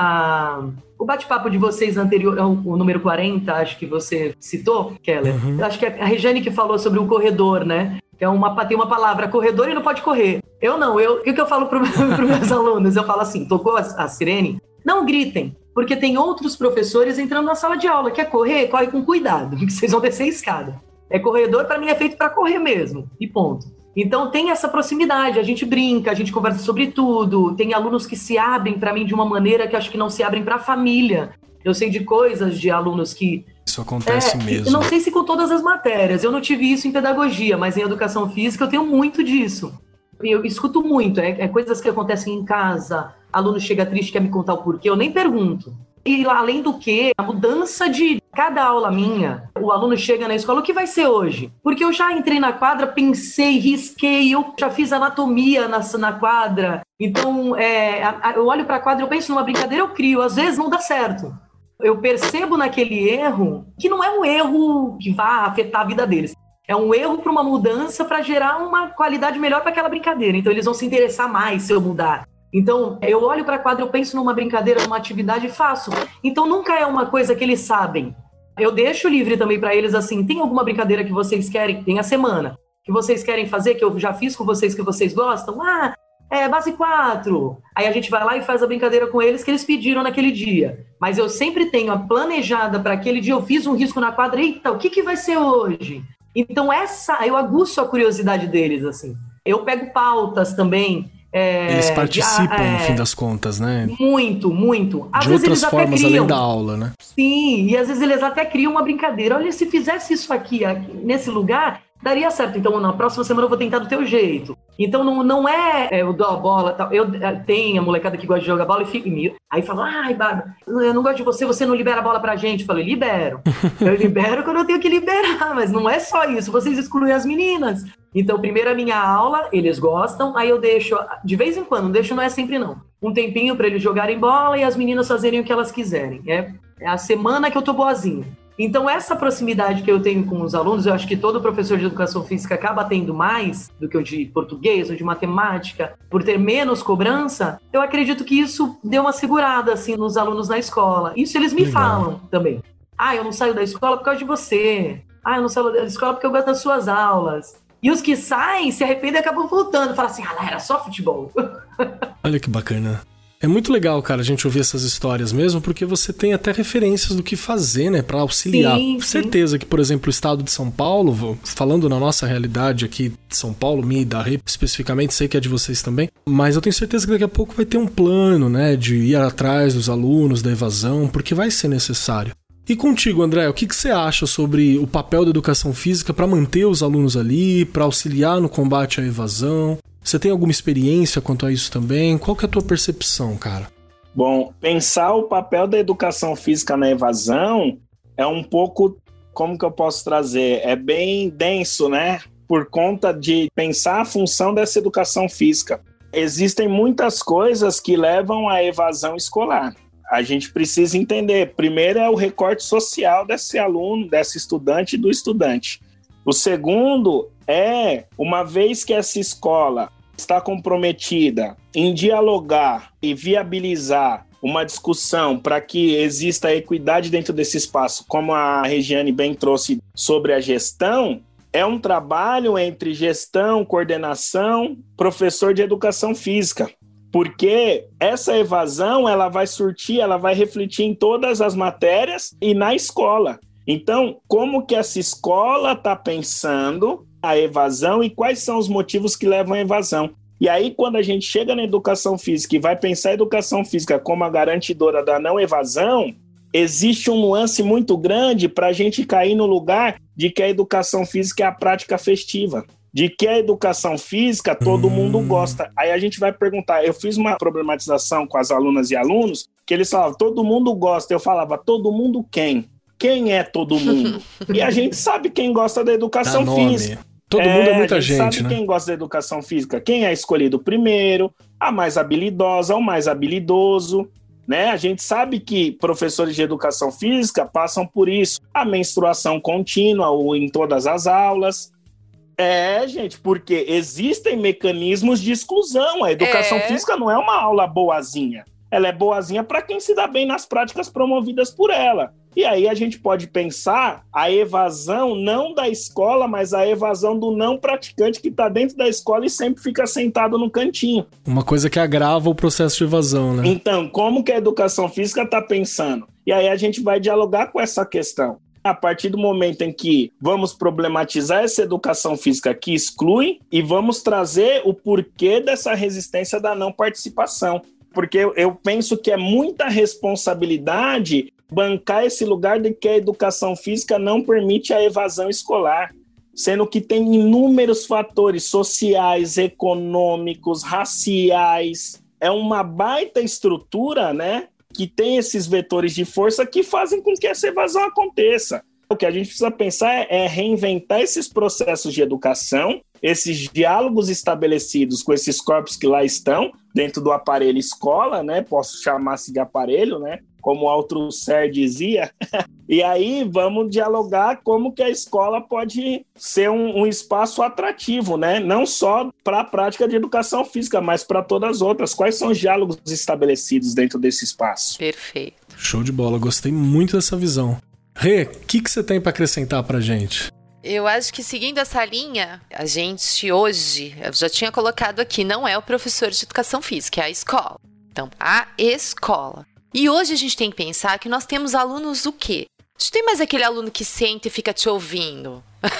o bate-papo de vocês anterior, o número 40, acho que você citou, Keller. Uhum. Acho que é a Regiane que falou sobre o corredor, né? Que tem uma palavra, corredor, e não pode correr. Eu não, o que eu falo para os meus alunos? Eu falo assim, tocou a sirene? Não gritem, porque tem outros professores entrando na sala de aula. Quer correr? Corre com cuidado, que vocês vão descer a escada. Corredor, para mim, é feito para correr mesmo, e ponto. Então tem essa proximidade, a gente brinca, a gente conversa sobre tudo. Tem alunos que se abrem para mim de uma maneira que acho que não se abrem para a família. Eu sei de coisas de alunos que... Isso acontece mesmo. Não sei se com todas as matérias, eu não tive isso em pedagogia, mas em educação física eu tenho muito disso. Eu escuto muito, coisas que acontecem em casa, aluno chega triste, quer me contar o porquê, eu nem pergunto. E além do que, a mudança de cada aula minha, o aluno chega na escola, o que vai ser hoje? Porque eu já entrei na quadra, pensei, risquei, eu já fiz anatomia na quadra. Então, eu olho para a quadra, eu penso numa brincadeira, eu crio, às vezes não dá certo. Eu percebo naquele erro que não é um erro que vá afetar a vida deles. É um erro para uma mudança para gerar uma qualidade melhor para aquela brincadeira. Então, eles vão se interessar mais se eu mudar. Então, eu olho para a quadra, eu penso numa brincadeira, numa atividade e faço. Então, nunca é uma coisa que eles sabem. Eu deixo livre também para eles, assim, tem alguma brincadeira que vocês querem, tem a semana, que vocês querem fazer, que eu já fiz com vocês, que vocês gostam? Base 4. Aí a gente vai lá e faz a brincadeira com eles que eles pediram naquele dia. Mas eu sempre tenho a planejada para aquele dia, eu fiz um risco na quadra, eita, o que vai ser hoje? Então eu aguço a curiosidade deles, assim. Eu pego pautas também. Eles participam, no fim das contas, né? Muito, muito. Às de vezes outras eles formas até criam, além da aula, né? Sim, e às vezes eles até criam uma brincadeira. Olha, se fizesse isso aqui nesse lugar, daria certo. Então, na próxima semana eu vou tentar do teu jeito. Então, não eu dou a bola, tal. Eu tenho a molecada que gosta de jogar bola e fica aí fala, Bárbara, eu não gosto de você não libera a bola pra gente. Eu falo, libero. Eu libero quando eu tenho que liberar, mas não é só isso, vocês excluem as meninas. Então, primeiro a minha aula, eles gostam, aí eu deixo, de vez em quando, não é sempre não, um tempinho para eles jogarem bola e as meninas fazerem o que elas quiserem. É a semana que eu tô boazinha. Então, essa proximidade que eu tenho com os alunos, eu acho que todo professor de educação física acaba tendo mais do que o de português ou de matemática, por ter menos cobrança, eu acredito que isso deu uma segurada, assim, nos alunos na escola. Isso eles me falam também. Eu não saio da escola por causa de você. Eu não saio da escola porque eu gosto das suas aulas. E os que saem, se arrependem e acabam voltando. Falam assim, lá era só futebol. Olha que bacana. É muito legal, cara, a gente ouvir essas histórias mesmo, porque você tem até referências do que fazer, né, pra auxiliar. Sim, certeza que, por exemplo, o estado de São Paulo, falando na nossa realidade aqui de São Paulo, minha e da Rê, especificamente, sei que é de vocês também, mas eu tenho certeza que daqui a pouco vai ter um plano, né, de ir atrás dos alunos, da evasão, porque vai ser necessário. E contigo, André, o que você acha sobre o papel da educação física para manter os alunos ali, para auxiliar no combate à evasão? Você tem alguma experiência quanto a isso também? Qual que é a tua percepção, cara? Bom, pensar o papel da educação física na evasão é um pouco, como que eu posso trazer? É bem denso, né? Por conta de pensar a função dessa educação física. Existem muitas coisas que levam à evasão escolar. A gente precisa entender, primeiro é o recorte social desse aluno, desse estudante e do estudante. O segundo Uma vez que essa escola está comprometida em dialogar e viabilizar uma discussão para que exista equidade dentro desse espaço, como a Regiane bem trouxe sobre a gestão, é um trabalho entre gestão, coordenação, professor de educação física. Porque essa evasão, ela vai refletir em todas as matérias e na escola. Então, como que essa escola está pensando a evasão e quais são os motivos que levam à evasão? E aí, quando a gente chega na educação física e vai pensar a educação física como a garantidora da não evasão, existe um nuance muito grande para a gente cair no lugar de que a educação física é a prática festiva. De que a educação física todo mundo gosta. Aí a gente vai perguntar, eu fiz uma problematização com as alunas e alunos, que eles falavam, todo mundo gosta. Eu falava, todo mundo quem? Quem é todo mundo? E a gente sabe quem gosta da educação física. Todo mundo é muita gente, sabe, né? Quem gosta da educação física, quem é escolhido primeiro, a mais habilidosa, o mais habilidoso, né? A gente sabe que professores de educação física passam por isso, a menstruação contínua ou em todas as aulas. Gente, porque existem mecanismos de exclusão. A educação física não é uma aula boazinha. Ela é boazinha para quem se dá bem nas práticas promovidas por ela. E aí a gente pode pensar a evasão não da escola, mas a evasão do não praticante que está dentro da escola e sempre fica sentado no cantinho. Uma coisa que agrava o processo de evasão, né? Então, como que a educação física está pensando? E aí a gente vai dialogar com essa questão. A partir do momento em que vamos problematizar essa educação física que exclui e vamos trazer o porquê dessa resistência da não participação. Porque eu penso que é muita responsabilidade bancar esse lugar de que a educação física não permite a evasão escolar, sendo que tem inúmeros fatores sociais, econômicos, raciais. É uma baita estrutura, né, que tem esses vetores de força que fazem com que essa evasão aconteça. O que a gente precisa pensar é reinventar esses processos de educação, esses diálogos estabelecidos com esses corpos que lá estão, dentro do aparelho escola, né? Posso chamar-se de aparelho, né? Como o Althusser dizia. E aí vamos dialogar como que a escola pode ser um espaço atrativo, né? Não só para a prática de educação física, mas para todas as outras. Quais são os diálogos estabelecidos dentro desse espaço? Perfeito. Show de bola, gostei muito dessa visão. Rê, o que você tem para acrescentar pra gente? Eu acho que seguindo essa linha, a gente hoje, eu já tinha colocado aqui, não é o professor de educação física, é a escola. Então, a escola. E hoje a gente tem que pensar que nós temos alunos o quê? A gente tem mais aquele aluno que senta e fica te ouvindo.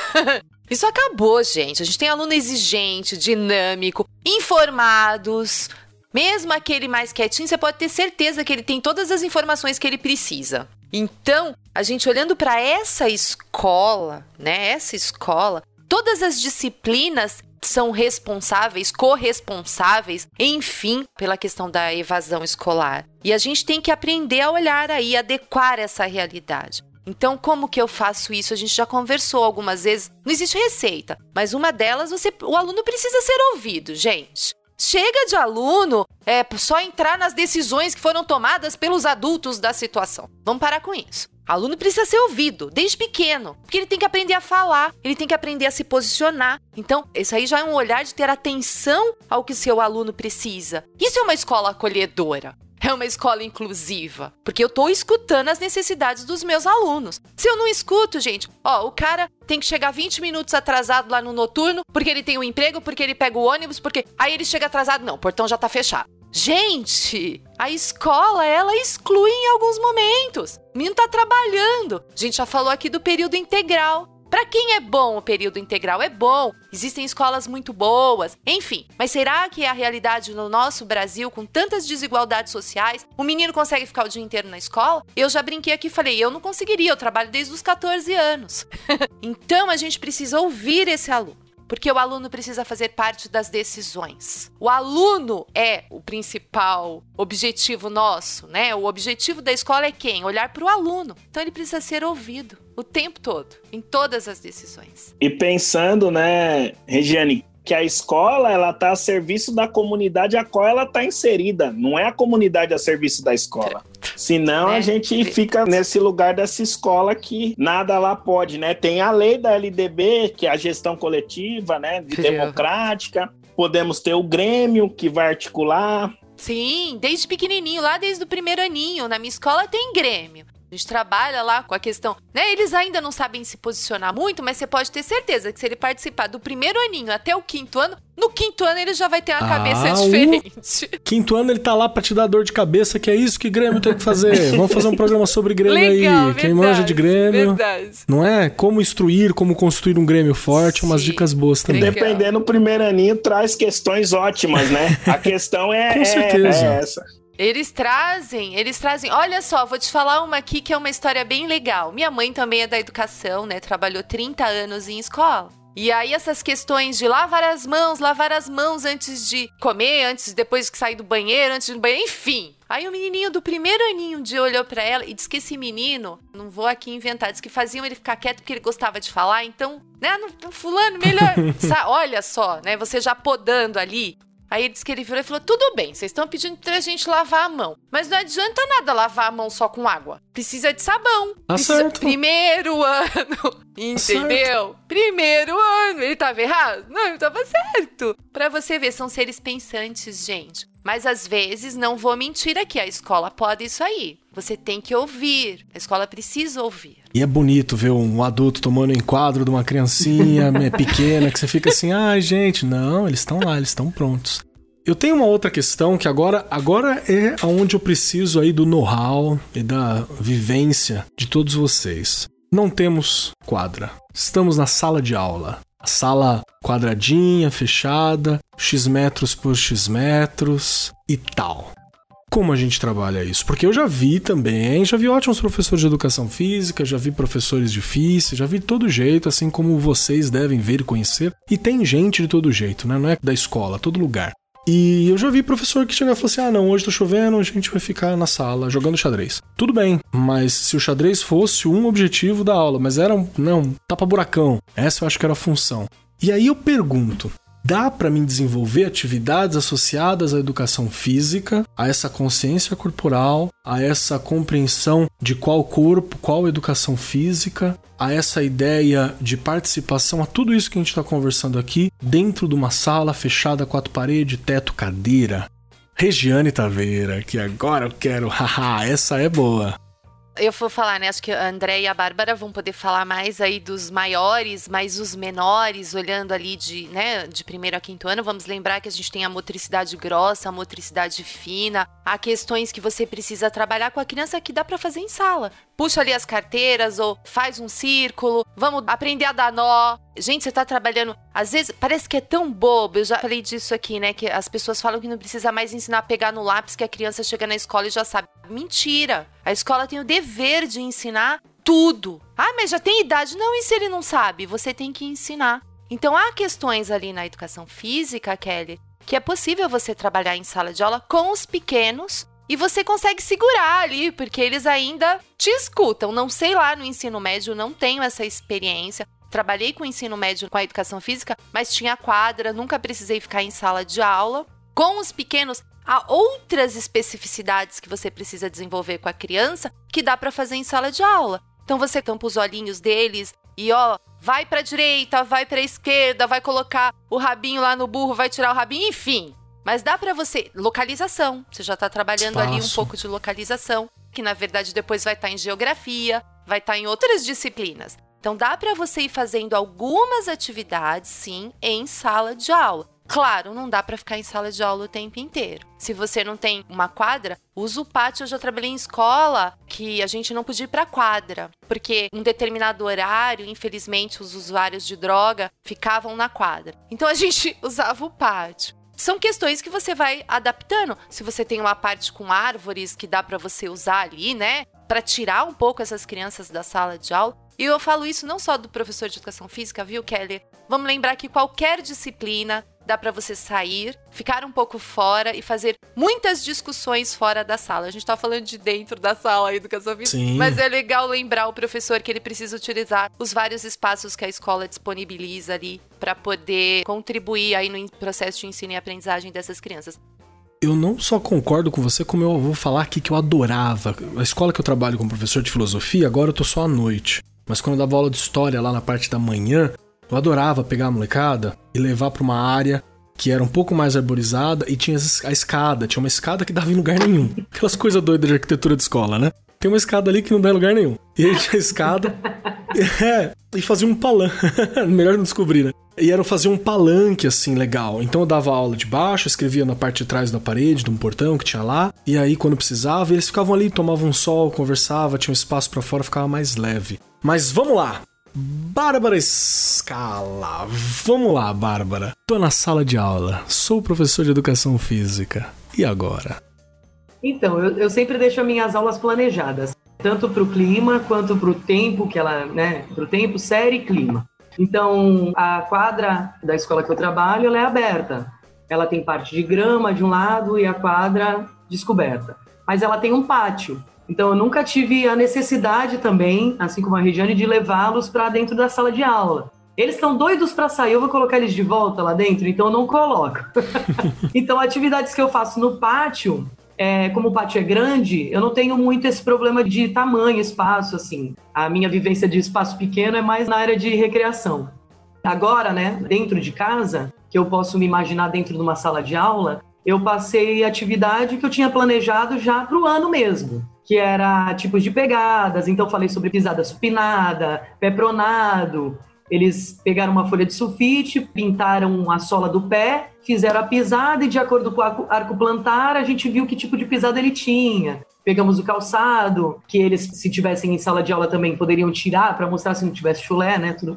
Isso acabou, gente. A gente tem aluno exigente, dinâmico, informados. Mesmo aquele mais quietinho, você pode ter certeza que ele tem todas as informações que ele precisa. Então, a gente olhando para essa escola, né? Essa escola, todas as disciplinas são responsáveis, corresponsáveis, enfim, pela questão da evasão escolar. E a gente tem que aprender a olhar aí, adequar essa realidade. Então, como que eu faço isso? A gente já conversou algumas vezes. Não existe receita, mas uma delas, o aluno precisa ser ouvido, gente. Chega de aluno só entrar nas decisões que foram tomadas pelos adultos da situação. Vamos parar com isso. O aluno precisa ser ouvido desde pequeno, porque ele tem que aprender a falar, ele tem que aprender a se posicionar. Então, esse aí já é um olhar de ter atenção ao que seu aluno precisa. Isso é uma escola acolhedora. É uma escola inclusiva, porque eu tô escutando as necessidades dos meus alunos. Se eu não escuto, gente, o cara tem que chegar 20 minutos atrasado lá no noturno, porque ele tem um emprego, porque ele pega o ônibus, porque aí ele chega atrasado. Não, o portão já tá fechado. Gente, a escola, ela exclui em alguns momentos. O menino tá trabalhando. A gente já falou aqui do período integral. Para quem é bom o período integral? É bom. Existem escolas muito boas. Enfim, mas será que a realidade no nosso Brasil, com tantas desigualdades sociais, o menino consegue ficar o dia inteiro na escola? Eu já brinquei aqui e falei, eu não conseguiria, eu trabalho desde os 14 anos. Então, a gente precisa ouvir esse aluno. Porque o aluno precisa fazer parte das decisões. O aluno é o principal objetivo nosso, né? O objetivo da escola é quem? Olhar para o aluno. Então ele precisa ser ouvido o tempo todo, em todas as decisões. E pensando, né, Regiane, que a escola ela está a serviço da comunidade a qual ela está inserida, não é a comunidade a serviço da escola. Senão a gente fica nesse lugar dessa escola que nada lá pode, né? Tem a lei da LDB, que é a gestão coletiva, né? Democrática. Podemos ter o Grêmio, que vai articular. Sim, desde pequenininho, lá desde o primeiro aninho. Na minha escola tem Grêmio. A gente trabalha lá com a questão, né? Eles ainda não sabem se posicionar muito, mas você pode ter certeza que se ele participar do primeiro aninho até o 5º ano, no 5º ano ele já vai ter uma cabeça diferente. 5º ano ele tá lá pra te dar dor de cabeça, que é isso que Grêmio tem que fazer. Vamos fazer um programa sobre Grêmio. Legal, aí. Verdade, quem manja de Grêmio. Verdade. Não é? Como instruir, como construir um Grêmio forte, sim, umas dicas boas também. Dependendo do primeiro aninho, traz questões ótimas, né? A questão com certeza. É essa. Eles trazem, olha só, vou te falar uma aqui que é uma história bem legal. Minha mãe também é da educação, né, trabalhou 30 anos em escola. E aí essas questões de lavar as mãos antes de comer, depois que sair do banheiro, antes do banheiro, enfim. Aí o menininho do primeiro aninho olhou pra ela e disse que esse menino, não vou aqui inventar, disse que faziam ele ficar quieto porque ele gostava de falar, então, né, fulano, melhor, olha só, né, você já podando ali. Aí ele disse que ele virou e falou, tudo bem, vocês estão pedindo pra gente lavar a mão, mas não adianta nada lavar a mão só com água. Precisa de sabão. Certo. Primeiro ano, entendeu? Primeiro ano. Ele tava errado? Não, ele tava certo. Pra você ver, são seres pensantes, gente. Mas às vezes, não vou mentir aqui, a escola pode isso aí. Você tem que ouvir. A escola precisa ouvir. E é bonito ver um adulto tomando um enquadro de uma criancinha pequena, que você fica assim, ai, gente, não, eles estão lá, eles estão prontos. Eu tenho uma outra questão que agora é onde eu preciso aí do know-how e da vivência de todos vocês. Não temos quadra. Estamos na sala de aula. A sala quadradinha, fechada, X metros por X metros e tal. Como a gente trabalha isso? Porque eu já vi ótimos professores de educação física, já vi professores difíceis, já vi de todo jeito, assim como vocês devem ver e conhecer. E tem gente de todo jeito, né? Não é da escola, todo lugar. E eu já vi professor que chega e fala assim, não, hoje tá chovendo, a gente vai ficar na sala jogando xadrez. Tudo bem, mas se o xadrez fosse um objetivo da aula, mas era um tapa-buracão, essa eu acho que era a função. E aí eu pergunto, dá para mim desenvolver atividades associadas à educação física, a essa consciência corporal, a essa compreensão de qual corpo, qual educação física, a essa ideia de participação, a tudo isso que a gente está conversando aqui, dentro de uma sala fechada, 4 paredes, teto, cadeira? Regiane Taveira, que agora eu quero, essa é boa. Eu vou falar, né? Acho que a André e a Bárbara vão poder falar mais aí dos maiores, mas os menores, olhando ali de 1º a 5º ano, vamos lembrar que a gente tem a motricidade grossa, a motricidade fina, há questões que você precisa trabalhar com a criança que dá pra fazer em sala. Puxa ali as carteiras ou faz um círculo, vamos aprender a dar nó. Gente, você tá trabalhando, às vezes parece que é tão bobo, eu já falei disso aqui, né, que as pessoas falam que não precisa mais ensinar a pegar no lápis, que a criança chega na escola e já sabe. Mentira! A escola tem o dever de ensinar tudo. Mas já tem idade. Não, e se ele não sabe? Você tem que ensinar. Então, há questões ali na educação física, Kelly, que é possível você trabalhar em sala de aula com os pequenos e você consegue segurar ali, porque eles ainda te escutam. Não sei lá, no ensino médio, não tenho essa experiência. Trabalhei com o ensino médio com a educação física, mas tinha quadra, nunca precisei ficar em sala de aula. Com os pequenos, há outras especificidades que você precisa desenvolver com a criança que dá para fazer em sala de aula. Então você tampa os olhinhos deles e vai para a direita, vai para a esquerda, vai colocar o rabinho lá no burro, vai tirar o rabinho, enfim. Mas dá para você... Localização. Você já está trabalhando ali um pouco de localização, que na verdade depois vai estar em geografia, vai estar em outras disciplinas. Então dá para você ir fazendo algumas atividades, sim, em sala de aula. Claro, não dá para ficar em sala de aula o tempo inteiro. Se você não tem uma quadra, usa o pátio. Eu já trabalhei em escola que a gente não podia ir para quadra, porque um determinado horário, infelizmente, os usuários de droga ficavam na quadra. Então a gente usava o pátio. São questões que você vai adaptando. Se você tem uma parte com árvores que dá para você usar ali, né, para tirar um pouco essas crianças da sala de aula. E eu falo isso não só do professor de educação física, viu, Kelly? Vamos lembrar que qualquer disciplina dá pra você sair, ficar um pouco fora e fazer muitas discussões fora da sala. A gente tá falando de dentro da sala, a educação física, mas é legal lembrar o professor que ele precisa utilizar os vários espaços que a escola disponibiliza ali para poder contribuir aí no processo de ensino e aprendizagem dessas crianças. Eu não só concordo com você, como eu vou falar aqui que eu adorava. A escola que eu trabalho como professor de filosofia, agora eu tô só à noite. Mas quando eu dava aula de história lá na parte da manhã, eu adorava pegar a molecada e levar pra uma área que era um pouco mais arborizada e tinha a escada. Tinha uma escada que dava em lugar nenhum. Aquelas coisas doidas de arquitetura de escola, né? Tem uma escada ali que não dá em lugar nenhum. E aí tinha a escada e fazia um palanque. Melhor não descobrir, né? E fazia um palanque, assim, legal. Então eu dava aula de baixo, escrevia na parte de trás da parede, de um portão que tinha lá. E aí, quando precisava, eles ficavam ali, tomavam um sol, conversavam, tinha um espaço pra fora, ficava mais leve. Mas vamos lá! Bárbara Scala. Vamos lá, Bárbara. Tô na sala de aula, sou professor de educação física. E agora? Então, eu sempre deixo as minhas aulas planejadas, tanto para o clima quanto para o tempo que ela, né, para o tempo, série e clima. Então, a quadra da escola que eu trabalho, ela é aberta. Ela tem parte de grama de um lado e a quadra descoberta. Mas ela tem um pátio. Então, eu nunca tive a necessidade também, assim como a Regiane, de levá-los para dentro da sala de aula. Eles estão doidos para sair, eu vou colocar eles de volta lá dentro, então eu não coloco. Então, atividades que eu faço no pátio, como o pátio é grande, eu não tenho muito esse problema de tamanho, espaço, assim. A minha vivência de espaço pequeno é mais na área de recreação. Agora, né, dentro de casa, que eu posso me imaginar dentro de uma sala de aula, eu passei atividade que eu tinha planejado já para o ano mesmo, que era tipos de pegadas. Então, falei sobre pisada supinada, pé pronado. Eles pegaram uma folha de sulfite, pintaram a sola do pé, fizeram a pisada e, de acordo com o arco plantar, a gente viu que tipo de pisada ele tinha. Pegamos o calçado, que eles, se tivessem em sala de aula também, poderiam tirar para mostrar se não tivesse chulé, né? Tudo.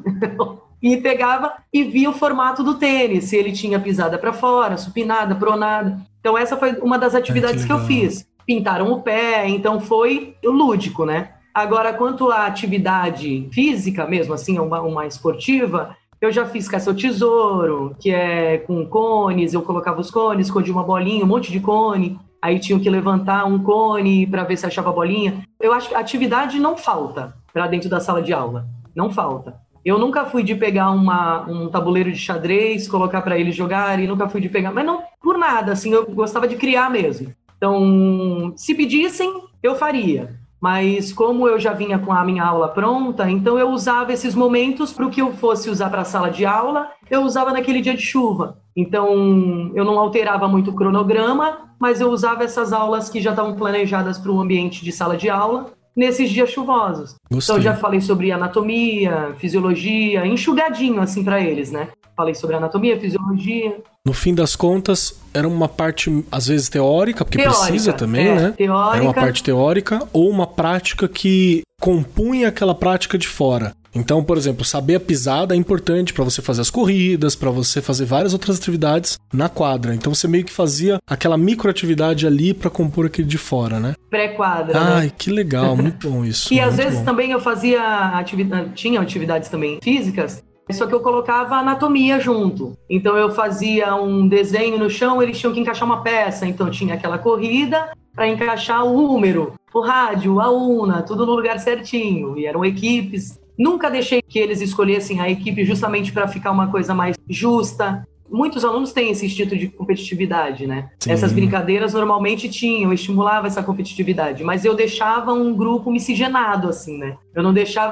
E pegava e via o formato do tênis, se ele tinha pisada para fora, supinada, pronada. Então, essa foi uma das atividades que eu fiz. Pintaram o pé, então foi lúdico, né? Agora, quanto à atividade física mesmo, assim, uma esportiva, eu já fiz caça ao tesouro, que é com cones, eu colocava os cones, escondia uma bolinha, um monte de cone, aí tinham que levantar um cone para ver se achava a bolinha. Eu acho que a atividade não falta para dentro da sala de aula, não falta. Eu nunca fui de pegar um tabuleiro de xadrez, colocar para eles jogarem, nunca fui de pegar, mas não por nada, assim, eu gostava de criar mesmo. Então, se pedissem, eu faria. Mas como eu já vinha com a minha aula pronta, então eu usava esses momentos para o que eu fosse usar para a sala de aula, eu usava naquele dia de chuva. Então, eu não alterava muito o cronograma, mas eu usava essas aulas que já estavam planejadas para o ambiente de sala de aula, nesses dias chuvosos. Gostei. Então, já falei sobre anatomia, fisiologia, enxugadinho assim para eles, né? Falei sobre anatomia, fisiologia. No fim das contas, era uma parte, às vezes, teórica, porque precisa também, né? Teórica. Era uma parte teórica ou uma prática que compunha aquela prática de fora. Então, por exemplo, saber a pisada é importante para você fazer as corridas, para você fazer várias outras atividades na quadra. Então, você meio que fazia aquela microatividade ali para compor aquele de fora, né? Pré-quadra, Ai, né? Que legal, muito bom isso. E às vezes também eu fazia tinha atividades também físicas, só que eu colocava anatomia junto. Então eu fazia um desenho no chão, eles tinham que encaixar uma peça. Então tinha aquela corrida para encaixar o número, o rádio, a urna, tudo no lugar certinho. E eram equipes. Nunca deixei que eles escolhessem a equipe justamente para ficar uma coisa mais justa. Muitos alunos têm esse instinto de competitividade, né? Sim. Essas brincadeiras normalmente estimulava essa competitividade, mas eu deixava um grupo miscigenado, assim, né? Eu não deixava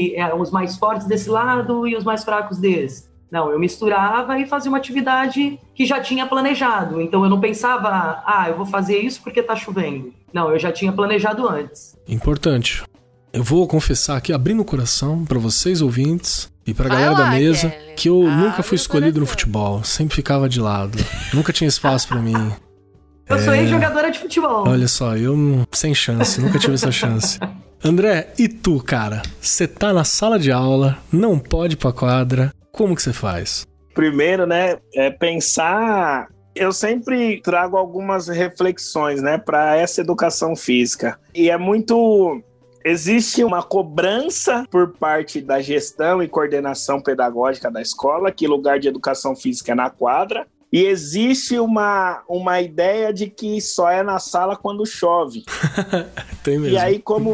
os mais fortes desse lado e os mais fracos desse. Não, eu misturava e fazia uma atividade que já tinha planejado. Então eu não pensava, eu vou fazer isso porque tá chovendo. Não, eu já tinha planejado antes. Importante. Eu vou confessar aqui, abrindo o coração para vocês ouvintes e pra galera da mesa, Kelly, que eu nunca fui escolhido no futebol, sempre ficava de lado, nunca tinha espaço pra mim. Eu sou ex-jogadora de futebol. Olha só, sem chance, nunca tive essa chance. André, e tu, cara? Você tá na sala de aula, não pode ir pra quadra, como que você faz? Primeiro, né, pensar... Eu sempre trago algumas reflexões, né, para essa educação física. E é muito Existe uma cobrança por parte da gestão e coordenação pedagógica da escola que lugar de educação física é na quadra. E existe uma ideia de que só é na sala quando chove. Tem mesmo. E aí, como...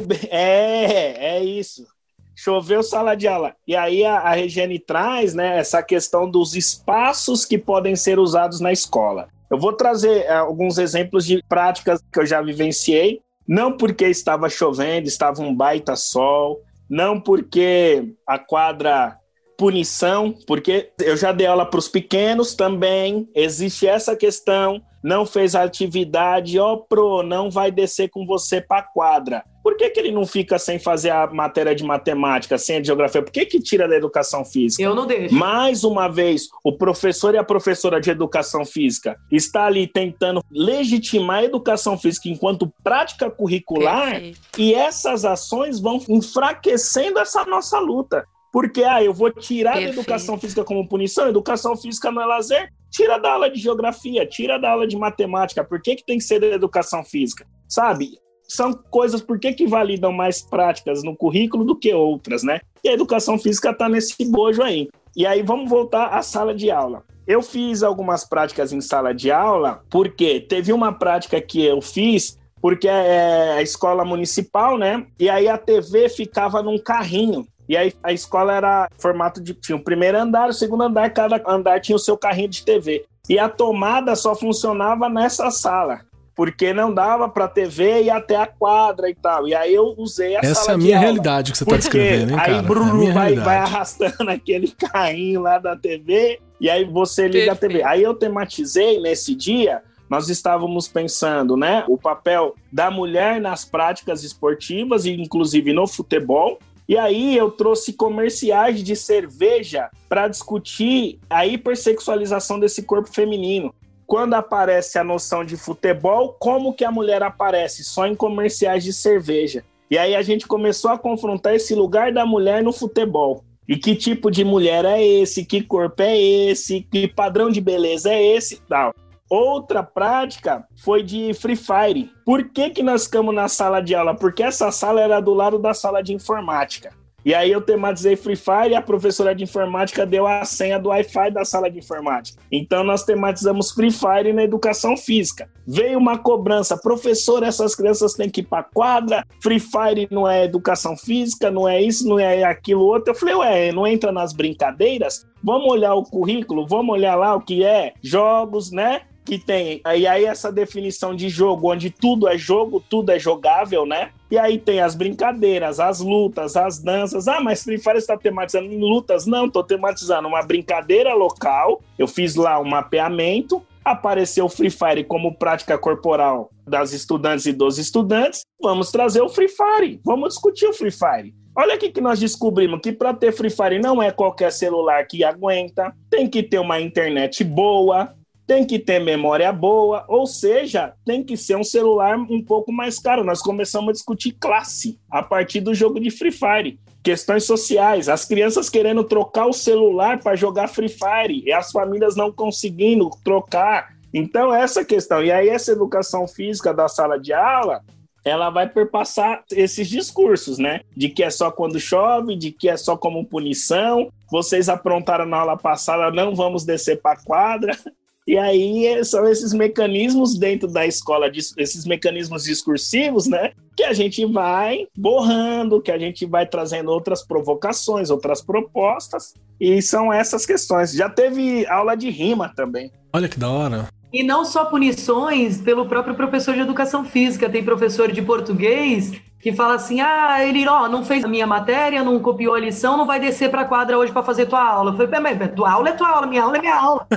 É isso. Choveu, sala de aula. E aí a Regiane traz, né, essa questão dos espaços que podem ser usados na escola. Eu vou trazer alguns exemplos de práticas que eu já vivenciei. Não porque estava chovendo, estava um baita sol. Não porque a quadra... punição, porque eu já dei aula para os pequenos também, existe essa questão, não fez a atividade, não vai descer com você para a quadra. Por que ele não fica sem fazer a matéria de matemática, sem a de geografia? Por que tira da educação física? Eu não deixo. Mais uma vez, o professor e a professora de educação física está ali tentando legitimar a educação física enquanto prática curricular. Perfeito. E essas ações vão enfraquecendo essa nossa luta. Porque, eu vou tirar da educação física como punição, educação física não é lazer, tira da aula de geografia, tira da aula de matemática, por que tem que ser da educação física? Sabe? São coisas, por que validam mais práticas no currículo do que outras, né? E a educação física está nesse bojo aí. E aí vamos voltar à sala de aula. Eu fiz algumas práticas em sala de aula, porque teve uma prática que eu fiz, porque é a escola municipal, né? E aí a TV ficava num carrinho. E aí a escola era formato de... Tinha o primeiro andar, o segundo andar, cada andar tinha o seu carrinho de TV. E a tomada só funcionava nessa sala, porque não dava para a TV ir até a quadra e tal. E aí eu usei a sala de aula. Essa é a minha realidade que você está descrevendo, hein, cara? Aí Bruno vai arrastando aquele carrinho lá da TV, e aí você liga a TV. Aí eu tematizei nesse dia... Nós estávamos pensando, né, o papel da mulher nas práticas esportivas, inclusive no futebol. E aí eu trouxe comerciais de cerveja para discutir a hipersexualização desse corpo feminino. Quando aparece a noção de futebol, como que a mulher aparece? Só em comerciais de cerveja. E aí a gente começou a confrontar esse lugar da mulher no futebol. E que tipo de mulher é esse? Que corpo é esse? Que padrão de beleza é esse? Tal. Outra prática foi de Free Fire. Por que nós ficamos na sala de aula? Porque essa sala era do lado da sala de informática. E aí eu tematizei Free Fire e a professora de informática deu a senha do Wi-Fi da sala de informática. Então nós tematizamos Free Fire na educação física. Veio uma cobrança, professor, essas crianças têm que ir para quadra, Free Fire não é educação física, não é isso, não é aquilo outro. Eu falei, não entra nas brincadeiras? Vamos olhar o currículo, vamos olhar lá o que é jogos, né? Que tem, e aí essa definição de jogo, onde tudo é jogo, tudo é jogável, né? E aí tem as brincadeiras, as lutas, as danças. Mas Free Fire está tematizando lutas? Não, estou tematizando uma brincadeira local. Eu fiz lá um mapeamento, apareceu o Free Fire como prática corporal das estudantes e dos estudantes. Vamos trazer o Free Fire, vamos discutir o Free Fire. Olha aqui que nós descobrimos que para ter Free Fire não é qualquer celular que aguenta, tem que ter uma internet boa, tem que ter memória boa, ou seja, tem que ser um celular um pouco mais caro. Nós começamos a discutir classe a partir do jogo de Free Fire. Questões sociais, as crianças querendo trocar o celular para jogar Free Fire e as famílias não conseguindo trocar. Então, essa questão. E aí, essa educação física da sala de aula, ela vai perpassar esses discursos, né? De que é só quando chove, de que é só como punição. Vocês aprontaram na aula passada, não vamos descer para a quadra. E aí são esses mecanismos dentro da escola, esses mecanismos discursivos, né? Que a gente vai borrando, que a gente vai trazendo outras provocações, outras propostas. E são essas questões. Já teve aula de rima também. Olha que da hora. E não só punições pelo próprio professor de educação física. Tem professor de português que fala assim, ele não fez a minha matéria, não copiou a lição, não vai descer para a quadra hoje para fazer tua aula. Eu falei, mas tua aula é tua aula, minha aula é minha aula.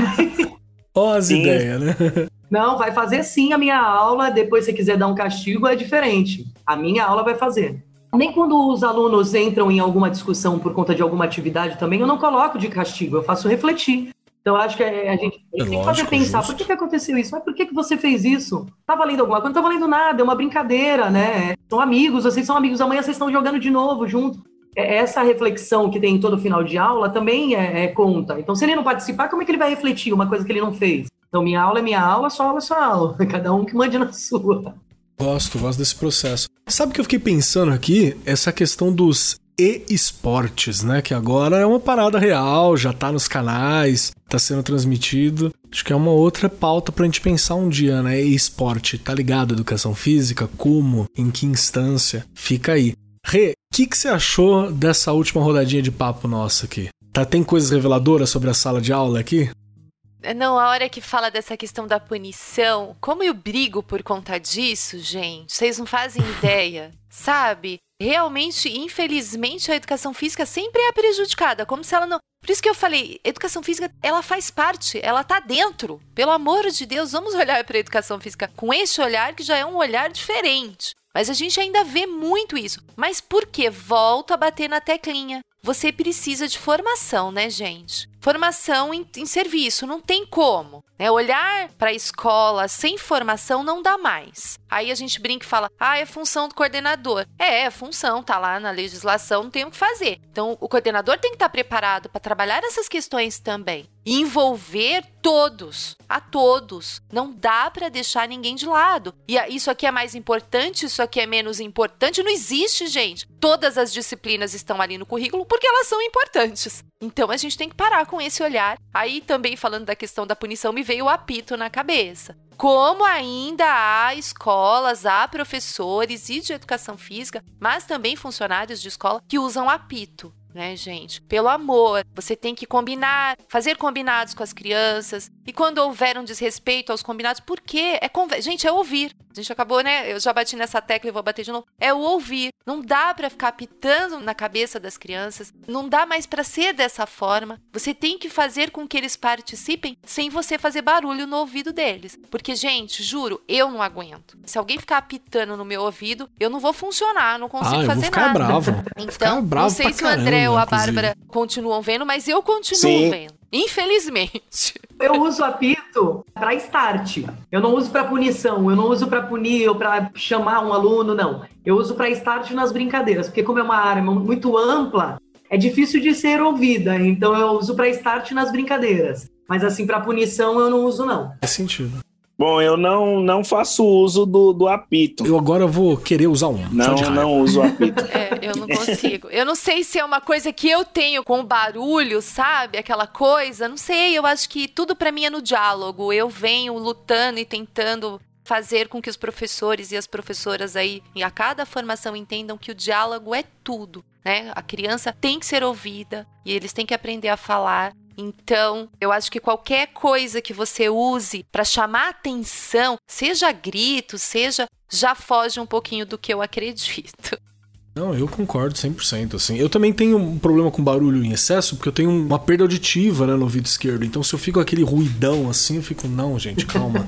Ó as ideias, né? Não, vai fazer sim a minha aula, depois se quiser dar um castigo é diferente. A minha aula vai fazer. Nem quando os alunos entram em alguma discussão por conta de alguma atividade também, eu não coloco de castigo, eu faço refletir. Então, eu acho que a gente tem que fazer pensar, justo. Por que aconteceu isso? Mas por que você fez isso? Tá valendo alguma coisa? Não tá valendo nada, é uma brincadeira, né? São amigos, vocês são amigos, amanhã vocês estão jogando de novo junto. Essa reflexão que tem em todo final de aula também conta. Então, se ele não participar, como é que ele vai refletir uma coisa que ele não fez? Então, minha aula é minha aula, sua aula é sua aula. Cada um que mande na sua. Gosto desse processo. Sabe o que eu fiquei pensando aqui? Essa questão dos e-esportes, né? Que agora é uma parada real, já tá nos canais, tá sendo transmitido. Acho que é uma outra pauta pra gente pensar um dia, né? E-esporte, tá ligado? Educação física, como, em que instância? Fica aí. Rê, o que você achou dessa última rodadinha de papo nossa aqui? Tem coisas reveladoras sobre a sala de aula aqui? Não, a hora que fala dessa questão da punição, como eu brigo por conta disso, gente, vocês não fazem ideia, sabe? Realmente, infelizmente, a educação física sempre é prejudicada, como se ela não... Por isso que eu falei, educação física, ela faz parte, ela tá dentro. Pelo amor de Deus, vamos olhar para a educação física com esse olhar, que já é um olhar diferente. Mas a gente ainda vê muito isso. Mas por quê? Volto a bater na teclinha. Você precisa de formação, né, gente? Formação em serviço, não tem como. Né? Olhar para a escola sem formação não dá mais. Aí a gente brinca e fala, é função do coordenador. É função, tá lá na legislação, não tem o que fazer. Então, o coordenador tem que estar preparado para trabalhar essas questões também. E envolver todos, a todos. Não dá para deixar ninguém de lado. E isso aqui é mais importante, isso aqui é menos importante. Não existe, gente. Todas as disciplinas estão ali no currículo porque elas são importantes. Então, a gente tem que parar com esse olhar. Aí, também falando da questão da punição, me veio o apito na cabeça. Como ainda há escolas, há professores e de educação física, mas também funcionários de escola que usam apito, né, gente? Pelo amor, você tem que combinar, fazer combinados com as crianças. E quando houver um desrespeito aos combinados, por quê? Gente, é ouvir. A gente acabou, né? Eu já bati nessa tecla e vou bater de novo. É o ouvir. Não dá pra ficar apitando na cabeça das crianças. Não dá mais pra ser dessa forma. Você tem que fazer com que eles participem sem você fazer barulho no ouvido deles. Porque, gente, juro, eu não aguento. Se alguém ficar apitando no meu ouvido, eu não vou funcionar, não consigo fazer nada. Bravo. Então, não sei se o André ou a Bárbara continuam vendo, mas eu continuo vendo. Infelizmente. Eu uso apito para start. Eu não uso para punição, eu não uso para punir ou para chamar um aluno, não. Eu uso para start nas brincadeiras, porque como é uma área muito ampla, é difícil de ser ouvida. Então eu uso para start nas brincadeiras. Mas assim, para punição eu não uso, não. Faz sentido. Bom, eu não faço uso do apito. Eu agora vou querer usar um. Não uso apito. Eu não consigo. Eu não sei se é uma coisa que eu tenho com o barulho, sabe? Aquela coisa. Não sei, eu acho que tudo pra mim é no diálogo. Eu venho lutando e tentando fazer com que os professores e as professoras aí, a cada formação, entendam que o diálogo é tudo, né? A criança tem que ser ouvida e eles têm que aprender a falar. Então, eu acho que qualquer coisa que você use para chamar atenção, seja grito, já foge um pouquinho do que eu acredito. Não, eu concordo 100%, assim. Eu também tenho um problema com barulho em excesso, porque eu tenho uma perda auditiva, né, no ouvido esquerdo. Então, se eu fico aquele ruidão assim, eu fico, não, gente, calma.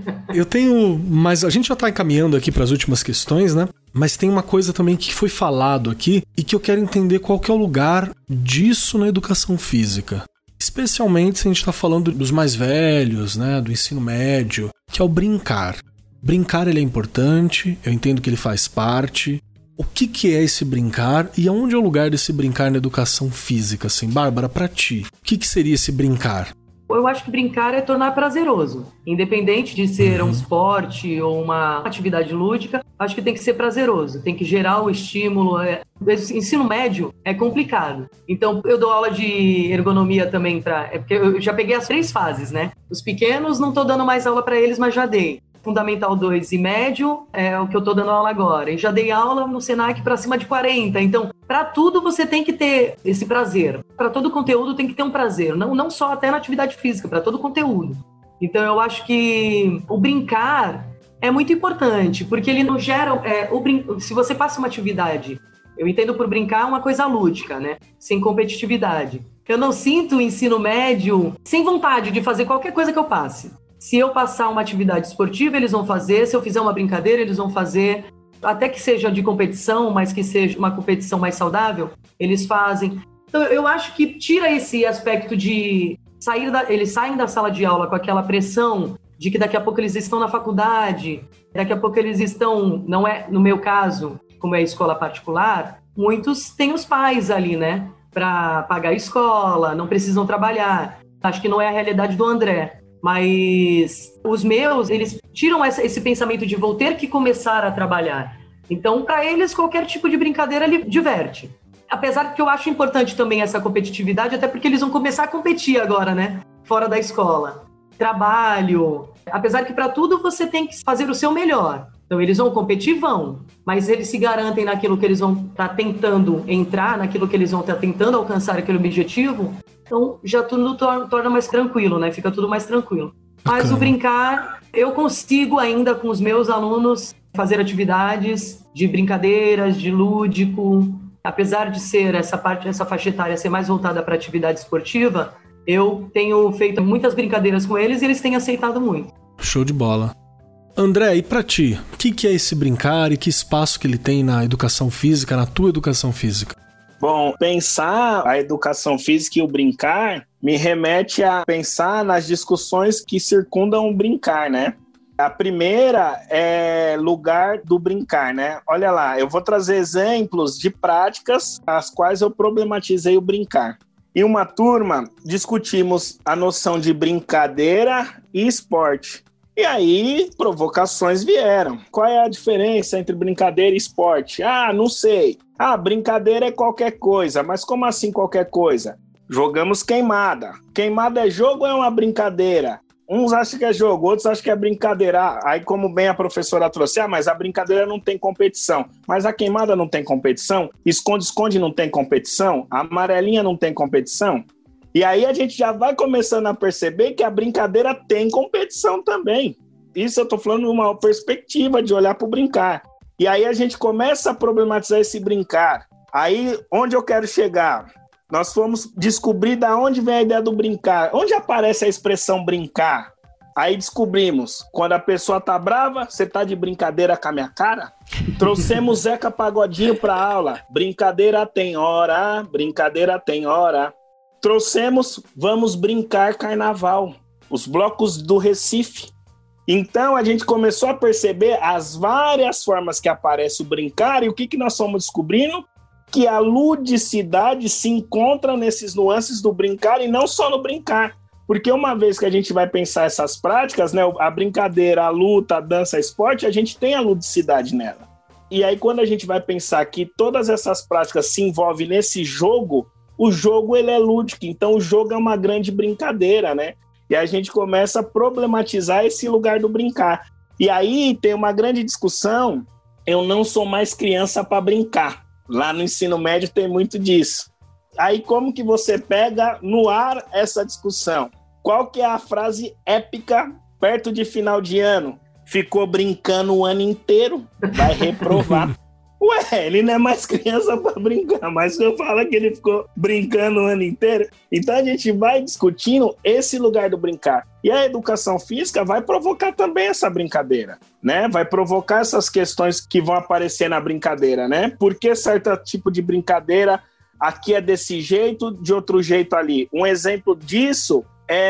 Mas a gente já tá encaminhando aqui para as últimas questões, né? Mas tem uma coisa também que foi falado aqui e que eu quero entender qual que é o lugar disso na educação física. Especialmente se a gente está falando dos mais velhos, né, do ensino médio, que é o brincar. Brincar, ele é importante, eu entendo que ele faz parte. O que é esse brincar e aonde é o lugar desse brincar na educação física, assim? Bárbara, pra ti, o que seria esse brincar? Eu acho que brincar é tornar prazeroso. Independente de ser um esporte ou uma atividade lúdica, acho que tem que ser prazeroso, tem que gerar o estímulo. Ensino médio é complicado. Então, eu dou aula de ergonomia também porque eu já peguei as 3 fases, né? Os pequenos, não estou dando mais aula para eles, mas já dei. Fundamental 2 e médio é o que eu estou dando aula agora. E já dei aula no Senac para cima de 40. Então, para tudo você tem que ter esse prazer. Para todo conteúdo tem que ter um prazer. Não só até na atividade física, para todo conteúdo. Então, eu acho que o brincar é muito importante, porque ele não gera... Se você passa uma atividade, eu entendo por brincar uma coisa lúdica, né? Sem competitividade. Eu não sinto o ensino médio sem vontade de fazer qualquer coisa que eu passe. Se eu passar uma atividade esportiva, eles vão fazer. Se eu fizer uma brincadeira, eles vão fazer. Até que seja de competição, mas que seja uma competição mais saudável, eles fazem. Então, eu acho que tira esse aspecto de eles saem da sala de aula com aquela pressão de que daqui a pouco eles estão na faculdade, daqui a pouco eles estão, não é, no meu caso, como é escola particular, muitos têm os pais ali, né, para pagar a escola, não precisam trabalhar. Acho que não é a realidade do André. Mas os meus, eles tiram esse pensamento de vou ter que começar a trabalhar. Então, para eles, qualquer tipo de brincadeira lhe diverte. Apesar que eu acho importante também essa competitividade, até porque eles vão começar a competir agora, né? Fora da escola. Trabalho. Apesar que para tudo você tem que fazer o seu melhor. Então, eles vão competir? Vão. Mas eles se garantem naquilo que eles vão estar tentando entrar, naquilo que eles vão estar tentando alcançar aquele objetivo. Então, já tudo torna mais tranquilo, né? Fica tudo mais tranquilo. Mas o brincar, eu consigo ainda com os meus alunos fazer atividades de brincadeiras, de lúdico. Apesar de ser essa faixa etária ser mais voltada para atividade esportiva, eu tenho feito muitas brincadeiras com eles e eles têm aceitado muito. Show de bola. André, e pra ti, o que é esse brincar e que espaço que ele tem na educação física, na tua educação física? Bom, pensar a educação física e o brincar me remete a pensar nas discussões que circundam o brincar, né? A primeira é lugar do brincar, né? Olha lá, eu vou trazer exemplos de práticas as quais eu problematizei o brincar. Em uma turma, discutimos a noção de brincadeira e esporte. E aí, provocações vieram. Qual é a diferença entre brincadeira e esporte? Ah, não sei. Ah, brincadeira é qualquer coisa. Mas como assim qualquer coisa? Jogamos queimada. Queimada é jogo ou é uma brincadeira? Uns acham que é jogo, outros acham que é brincadeira. Aí, como bem a professora trouxe, mas a brincadeira não tem competição. Mas a queimada não tem competição? Esconde-esconde não tem competição? A amarelinha não tem competição? E aí a gente já vai começando a perceber que a brincadeira tem competição também. Isso eu estou falando numa perspectiva de olhar para o brincar. E aí a gente começa a problematizar esse brincar. Aí, onde eu quero chegar? Nós fomos descobrir de onde vem a ideia do brincar. Onde aparece a expressão brincar? Aí descobrimos, quando a pessoa tá brava, você tá de brincadeira com a minha cara? Trouxemos Zeca Pagodinho para aula. Brincadeira tem hora, brincadeira tem hora. Trouxemos Vamos Brincar Carnaval, os blocos do Recife. Então a gente começou a perceber as várias formas que aparece o brincar e o que nós fomos descobrindo? Que a ludicidade se encontra nesses nuances do brincar e não só no brincar. Porque uma vez que a gente vai pensar essas práticas, né, a brincadeira, a luta, a dança, a esporte, a gente tem a ludicidade nela. E aí quando a gente vai pensar que todas essas práticas se envolvem nesse jogo, o jogo ele é lúdico, então o jogo é uma grande brincadeira, né? E a gente começa a problematizar esse lugar do brincar. E aí tem uma grande discussão, eu não sou mais criança para brincar. Lá no ensino médio tem muito disso. Aí como que você pega no ar essa discussão? Qual que é a frase épica perto de final de ano? Ficou brincando o ano inteiro, vai reprovar. Ué, ele não é mais criança para brincar, mas eu falo que ele ficou brincando o ano inteiro. Então a gente vai discutindo esse lugar do brincar. E a educação física vai provocar também essa brincadeira, né? Vai provocar essas questões que vão aparecer na brincadeira, né? Por que certo tipo de brincadeira aqui é desse jeito, de outro jeito ali? Um exemplo disso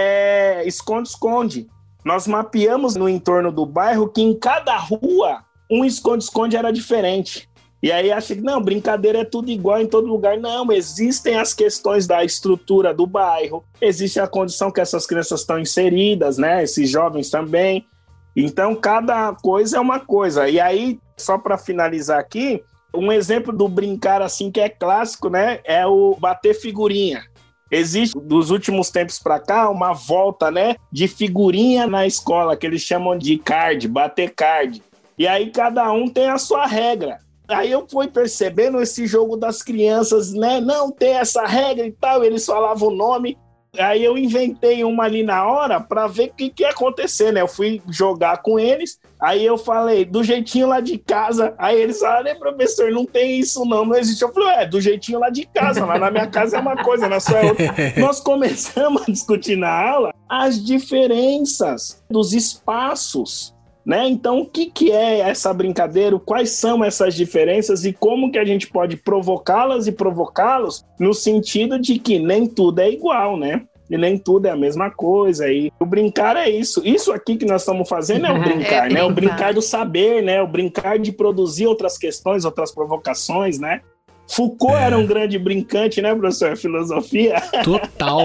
é esconde-esconde. Nós mapeamos no entorno do bairro que em cada rua um esconde-esconde era diferente. E aí acha que, não, brincadeira é tudo igual em todo lugar. Não, existem as questões da estrutura do bairro, existe a condição que essas crianças estão inseridas, né? Esses jovens também. Então, cada coisa é uma coisa. E aí, só para finalizar aqui, um exemplo do brincar assim que é clássico, né? É o bater figurinha. Existe, dos últimos tempos para cá, uma volta, né? De figurinha na escola, que eles chamam de card, bater card. E aí, cada um tem a sua regra. Aí eu fui percebendo esse jogo das crianças, né? Não tem essa regra e tal, eles falavam o nome. Aí eu inventei uma ali na hora para ver o que ia acontecer, né? Eu fui jogar com eles, aí eu falei, do jeitinho lá de casa. Aí eles falaram, professor, não tem isso não existe. Eu falei, do jeitinho lá de casa, mas na minha casa é uma coisa, na sua é outra. Nós começamos a discutir na aula as diferenças dos espaços, né? Então, o que é essa brincadeira? Quais são essas diferenças e como que a gente pode provocá-las e provocá-los no sentido de que nem tudo é igual, né? E nem tudo é a mesma coisa. E o brincar é isso. Isso aqui que nós estamos fazendo é o brincar, né? O brincar do saber, né? O brincar de produzir outras questões, outras provocações, né? Foucault era um grande brincante, né, professor? Filosofia. Total.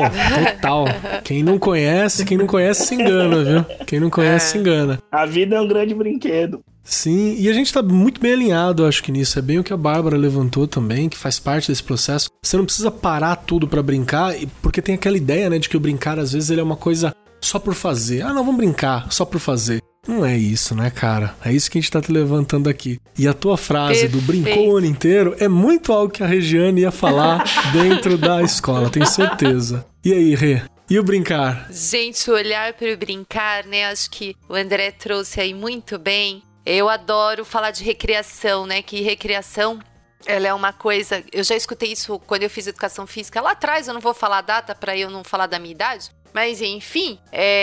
Quem não conhece se engana, viu? Quem não conhece se engana. A vida é um grande brinquedo. Sim, e a gente tá muito bem alinhado, acho que nisso. É bem o que a Bárbara levantou também, que faz parte desse processo. Você não precisa parar tudo pra brincar, porque tem aquela ideia, né, de que o brincar, às vezes, ele é uma coisa só por fazer. Ah, não, vamos brincar, só por fazer. Não é isso, né, cara? É isso que a gente tá te levantando aqui. E a tua frase do brincou o ano inteiro é muito algo que a Regiane ia falar dentro da escola, tenho certeza. E aí, Rê? E o brincar? Gente, o olhar para o brincar, né? Acho que o André trouxe aí muito bem. Eu adoro falar de recreação, né? Que recreação, ela é uma coisa... Eu já escutei isso quando eu fiz educação física. Lá atrás, eu não vou falar a data para eu não falar da minha idade. Mas, enfim,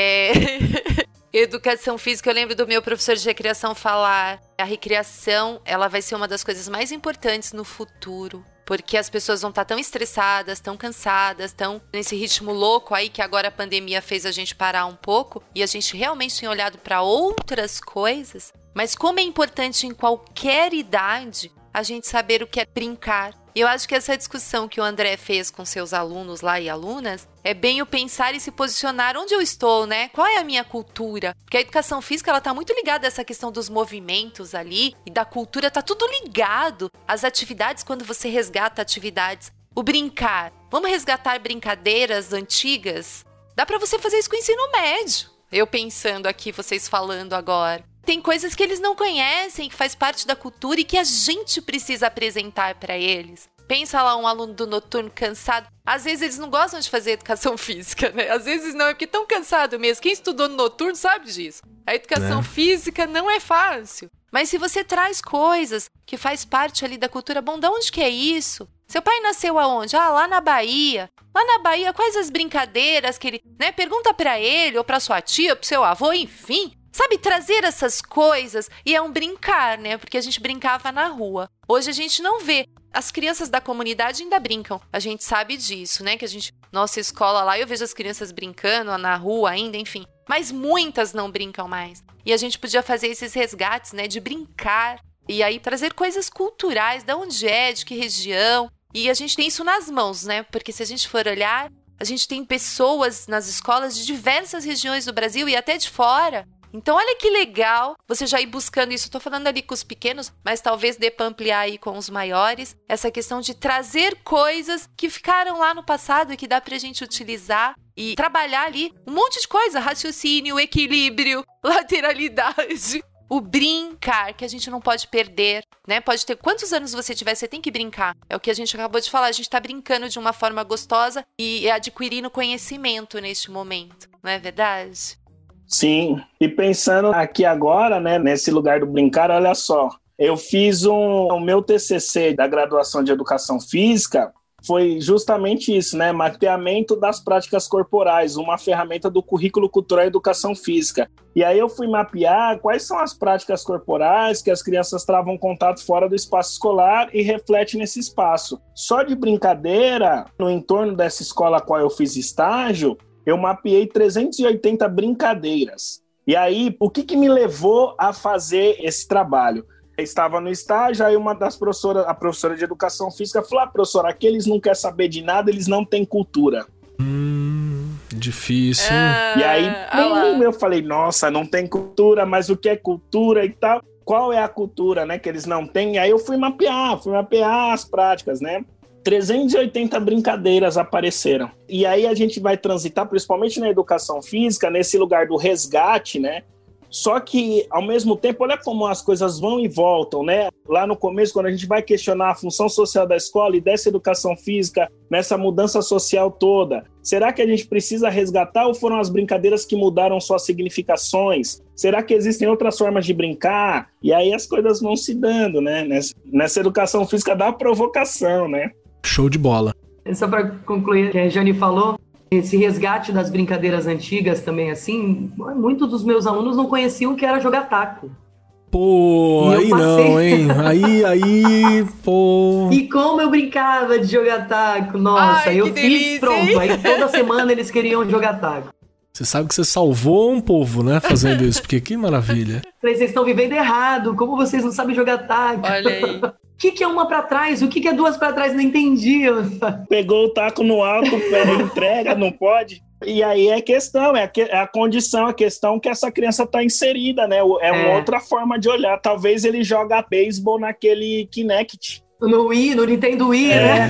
educação física, eu lembro do meu professor de recreação falar: a recreação, ela vai ser uma das coisas mais importantes no futuro. Porque as pessoas vão estar tão estressadas, tão cansadas, tão nesse ritmo louco aí que agora a pandemia fez a gente parar um pouco e a gente realmente tem olhado para outras coisas. Mas como é importante em qualquer idade a gente saber o que é brincar. E eu acho que essa discussão que o André fez com seus alunos lá e alunas é bem o pensar e se posicionar onde eu estou, né? Qual é a minha cultura? Porque a educação física, ela tá muito ligada a essa questão dos movimentos ali e da cultura, tá tudo ligado. As atividades, quando você resgata atividades. O brincar. Vamos resgatar brincadeiras antigas? Dá pra você fazer isso com o ensino médio. Eu pensando aqui, vocês falando agora. Tem coisas que eles não conhecem, que faz parte da cultura e que a gente precisa apresentar para eles. Pensa lá um aluno do noturno cansado. Às vezes eles não gostam de fazer educação física, né? Às vezes não, é porque estão cansados mesmo. Quem estudou no noturno sabe disso. A educação física não é fácil. Mas se você traz coisas que faz parte ali da cultura, bom, de onde que é isso? Seu pai nasceu aonde? Ah, lá na Bahia. Lá na Bahia, quais as brincadeiras que ele... né? Pergunta para ele, ou para sua tia, pro seu avô, enfim... Sabe, trazer essas coisas, e é um brincar, né? Porque a gente brincava na rua. Hoje a gente não vê. As crianças da comunidade ainda brincam. A gente sabe disso, né? Que a gente, nossa escola lá, eu vejo as crianças brincando na rua ainda, enfim. Mas muitas não brincam mais. E a gente podia fazer esses resgates, né? De brincar. E aí trazer coisas culturais, de onde é, de que região. E a gente tem isso nas mãos, né? Porque se a gente for olhar, a gente tem pessoas nas escolas de diversas regiões do Brasil e até de fora. Então, olha que legal você já ir buscando isso. Estou falando ali com os pequenos, mas talvez dê para ampliar aí com os maiores. Essa questão de trazer coisas que ficaram lá no passado e que dá para a gente utilizar e trabalhar ali um monte de coisa. Raciocínio, equilíbrio, lateralidade. O brincar, que a gente não pode perder, né? Pode ter quantos anos você tiver, você tem que brincar. É o que a gente acabou de falar. A gente está brincando de uma forma gostosa e adquirindo conhecimento neste momento. Não é verdade? Sim, e pensando aqui agora, né, nesse lugar do brincar, olha só, eu fiz o meu TCC da graduação de Educação Física, foi justamente isso, né, mapeamento das práticas corporais, uma ferramenta do currículo cultural e educação física. E aí eu fui mapear quais são as práticas corporais que as crianças travam contato fora do espaço escolar e reflete nesse espaço. Só de brincadeira, no entorno dessa escola a qual eu fiz estágio, eu mapeei 380 brincadeiras. E aí, o que me levou a fazer esse trabalho? Eu estava no estágio, aí uma das professoras, a professora de educação física, falou: professora, aqui eles não querem saber de nada, eles não têm cultura. Difícil. E aí, eu falei, nossa, não tem cultura, mas o que é cultura e tal? Qual é a cultura, né, que eles não têm? E aí eu fui mapear as práticas, né? 380 brincadeiras apareceram. E aí a gente vai transitar, principalmente na educação física, nesse lugar do resgate, né? Só que, ao mesmo tempo, olha como as coisas vão e voltam, né? Lá no começo, quando a gente vai questionar a função social da escola e dessa educação física, nessa mudança social toda, será que a gente precisa resgatar ou foram as brincadeiras que mudaram suas significações? Será que existem outras formas de brincar? E aí as coisas vão se dando, né? Nessa educação física da provocação, né? Show de bola. Só para concluir o que a Jane falou, esse resgate das brincadeiras antigas também, assim, muitos dos meus alunos não conheciam o que era jogar taco. Pô, aí não, hein? Aí, pô... E como eu brincava de jogar taco, nossa, eu fiz, pronto. Aí toda semana eles queriam jogar taco. Você sabe que você salvou um povo, né, fazendo isso, porque que maravilha. Falei, vocês estão vivendo errado, como vocês não sabem jogar taco? Olha aí. O que é uma pra trás? O que é duas pra trás? Não entendi. Pegou o taco no alto, entrega, não pode? E aí é questão, é a condição, a questão que essa criança está inserida, né? É uma outra forma de olhar. Talvez ele joga beisebol naquele Kinect. No Nintendo Wii,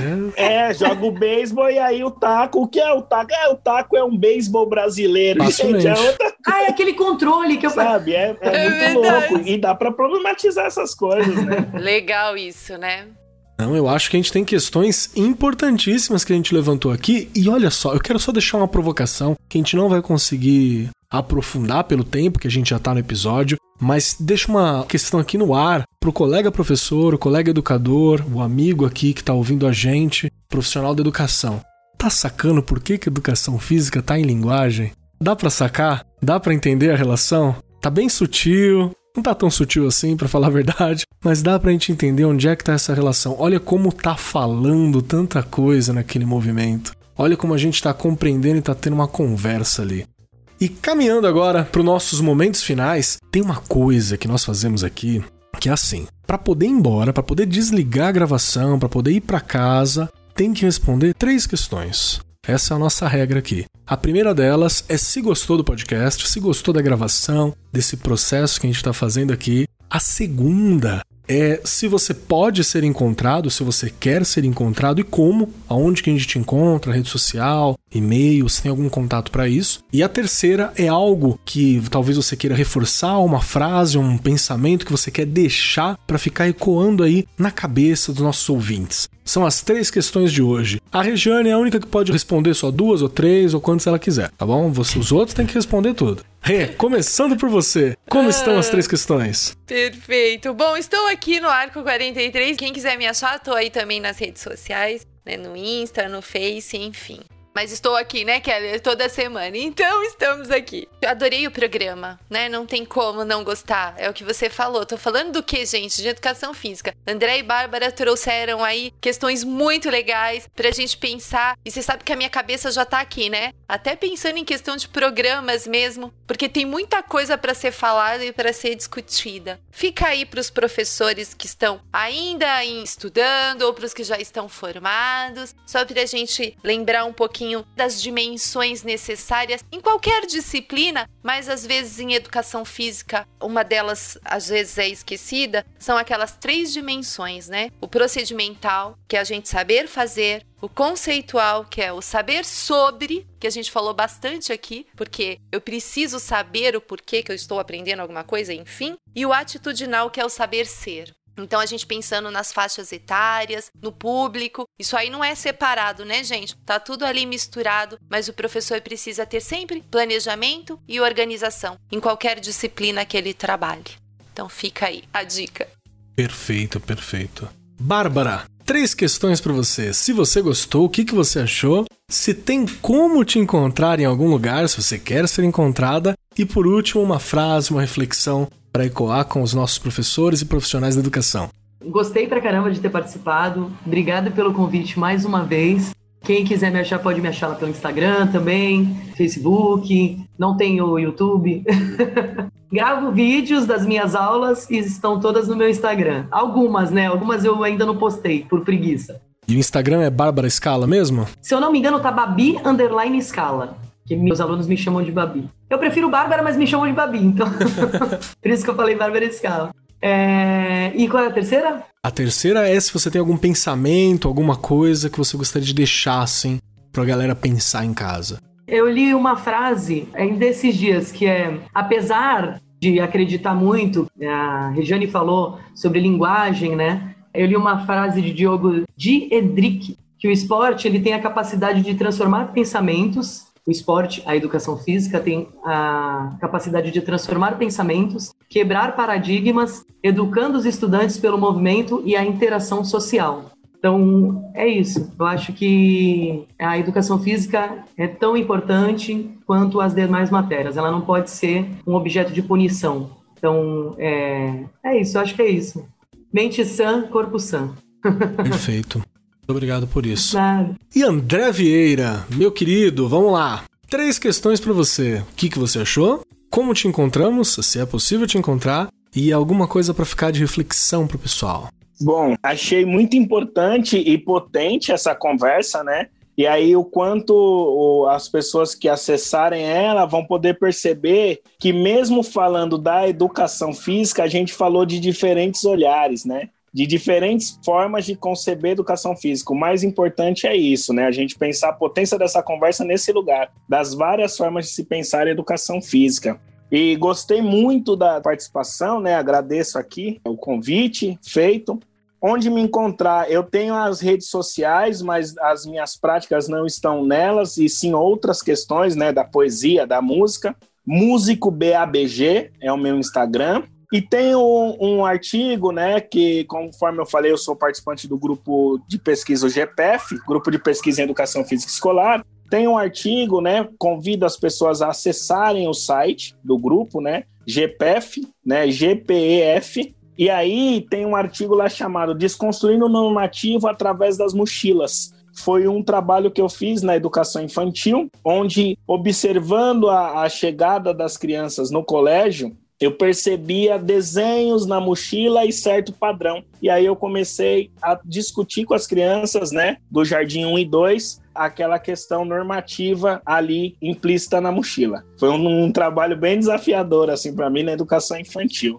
né? Joga o beisebol e aí o taco. O que é o taco? O taco é um beisebol brasileiro. Gente, é aquele controle que eu... Sabe, é muito louco. E dá pra problematizar essas coisas, né? Legal isso, né? Não, eu acho que a gente tem questões importantíssimas que a gente levantou aqui. E olha só, eu quero só deixar uma provocação que a gente não vai conseguir aprofundar pelo tempo que a gente já tá no episódio, mas deixa uma questão aqui no ar pro colega professor, o colega educador, o amigo aqui que tá ouvindo a gente, profissional da educação. Tá sacando por que educação física tá em linguagem? Dá pra sacar? Dá pra entender a relação? Tá bem sutil, não tá tão sutil assim, pra falar a verdade, mas dá pra gente entender onde é que tá essa relação. Olha como tá falando tanta coisa naquele movimento. Olha como a gente tá compreendendo e tá tendo uma conversa ali. E caminhando agora para os nossos momentos finais, tem uma coisa que nós fazemos aqui, que é assim, para poder ir embora, para poder desligar a gravação, para poder ir para casa, tem que responder 3 questões. Essa é a nossa regra aqui. A primeira delas é se gostou do podcast, se gostou da gravação, desse processo que a gente está fazendo aqui. A segunda é se você pode ser encontrado, se você quer ser encontrado e como, aonde que a gente te encontra, rede social, e-mail, se tem algum contato para isso. E a terceira é algo que talvez você queira reforçar, uma frase, um pensamento que você quer deixar para ficar ecoando aí na cabeça dos nossos ouvintes. São as 3 questões de hoje. A Regiane é a única que pode responder só 2 ou 3 ou quantas ela quiser, tá bom? Os outros têm que responder tudo. Rê, começando por você, como estão as 3 questões? Perfeito. Bom, estou aqui no Arco 43. Quem quiser me achar, estou aí também nas redes sociais, né? No Insta, no Face, enfim. Mas estou aqui, né, Keller, toda semana. Então, estamos aqui. Eu adorei o programa, né? Não tem como não gostar. É o que você falou. Tô falando do quê, gente? De educação física. André e Bárbara trouxeram aí questões muito legais pra gente pensar. E você sabe que a minha cabeça já tá aqui, né? Até pensando em questão de programas mesmo. Porque tem muita coisa pra ser falada e pra ser discutida. Fica aí pros professores que estão ainda estudando ou pros que já estão formados. Só pra gente lembrar um pouquinho das dimensões necessárias em qualquer disciplina, mas às vezes em educação física, uma delas às vezes é esquecida, são aquelas 3 dimensões, né? O procedimental, que é a gente saber fazer, o conceitual, que é o saber sobre, que a gente falou bastante aqui, porque eu preciso saber o porquê que eu estou aprendendo alguma coisa, enfim, e o atitudinal, que é o saber ser. Então, a gente pensando nas faixas etárias, no público, isso aí não é separado, né, gente? Tá tudo ali misturado, mas o professor precisa ter sempre planejamento e organização em qualquer disciplina que ele trabalhe. Então, fica aí a dica. Perfeito, perfeito. Bárbara, 3 questões para você. Se você gostou, o que você achou? Se tem como te encontrar em algum lugar, se você quer ser encontrada. E por último, uma frase, uma reflexão para ecoar com os nossos professores e profissionais da educação. Gostei pra caramba de ter participado. Obrigado pelo convite mais uma vez. Quem quiser me achar, pode me achar lá pelo Instagram também, Facebook. Não tenho YouTube. Gravo vídeos das minhas aulas e estão todas no meu Instagram. Algumas, né? Algumas eu ainda não postei, por preguiça. E o Instagram é Bárbara Scala mesmo? Se eu não me engano, tá Babi_Scala. Que meus alunos me chamam de Babi. Eu prefiro Bárbara, mas me chamam de Babi, então... Por isso que eu falei Bárbara Scala. E qual é a terceira? A terceira é se você tem algum pensamento, alguma coisa que você gostaria de deixar, assim, pra galera pensar em casa. Eu li uma frase desses dias, que é... Apesar de acreditar muito, a Regiane falou sobre linguagem, né? Eu li uma frase de Diogo Diedrich, que o esporte ele tem a capacidade de transformar pensamentos. O esporte, a educação física, tem a capacidade de transformar pensamentos, quebrar paradigmas, educando os estudantes pelo movimento e a interação social. Então, é isso. Eu acho que a educação física é tão importante quanto as demais matérias. Ela não pode ser um objeto de punição. Então, é isso. Eu acho que é isso. Mente sã, corpo sã. Perfeito. Muito obrigado por isso. Claro. E André Vieira, meu querido, vamos lá. 3 questões para você. O que você achou? Como te encontramos? Se é possível te encontrar? E alguma coisa para ficar de reflexão pro pessoal. Bom, achei muito importante e potente essa conversa, né? E aí o quanto as pessoas que acessarem ela vão poder perceber que mesmo falando da educação física, a gente falou de diferentes olhares, né? De diferentes formas de conceber educação física. O mais importante é isso, né? A gente pensar a potência dessa conversa nesse lugar, das várias formas de se pensar a educação física. E gostei muito da participação, né? Agradeço aqui o convite feito. Onde me encontrar? Eu tenho as redes sociais, mas as minhas práticas não estão nelas, e sim outras questões, né, da poesia, da música. Músico BABG é o meu Instagram. E tem um artigo, né, que, conforme eu falei, eu sou participante do grupo de pesquisa, o GPF, Grupo de Pesquisa em Educação Física Escolar. Tem um artigo, né, convido as pessoas a acessarem o site do grupo, né, GPF, né, GPEF. E aí tem um artigo lá chamado Desconstruindo o Normativo através das Mochilas. Foi um trabalho que eu fiz na educação infantil, onde, observando a chegada das crianças no colégio, eu percebia desenhos na mochila e certo padrão. E aí eu comecei a discutir com as crianças, né, do Jardim 1 e 2, aquela questão normativa ali implícita na mochila. Foi um trabalho bem desafiador, assim, para mim, na educação infantil.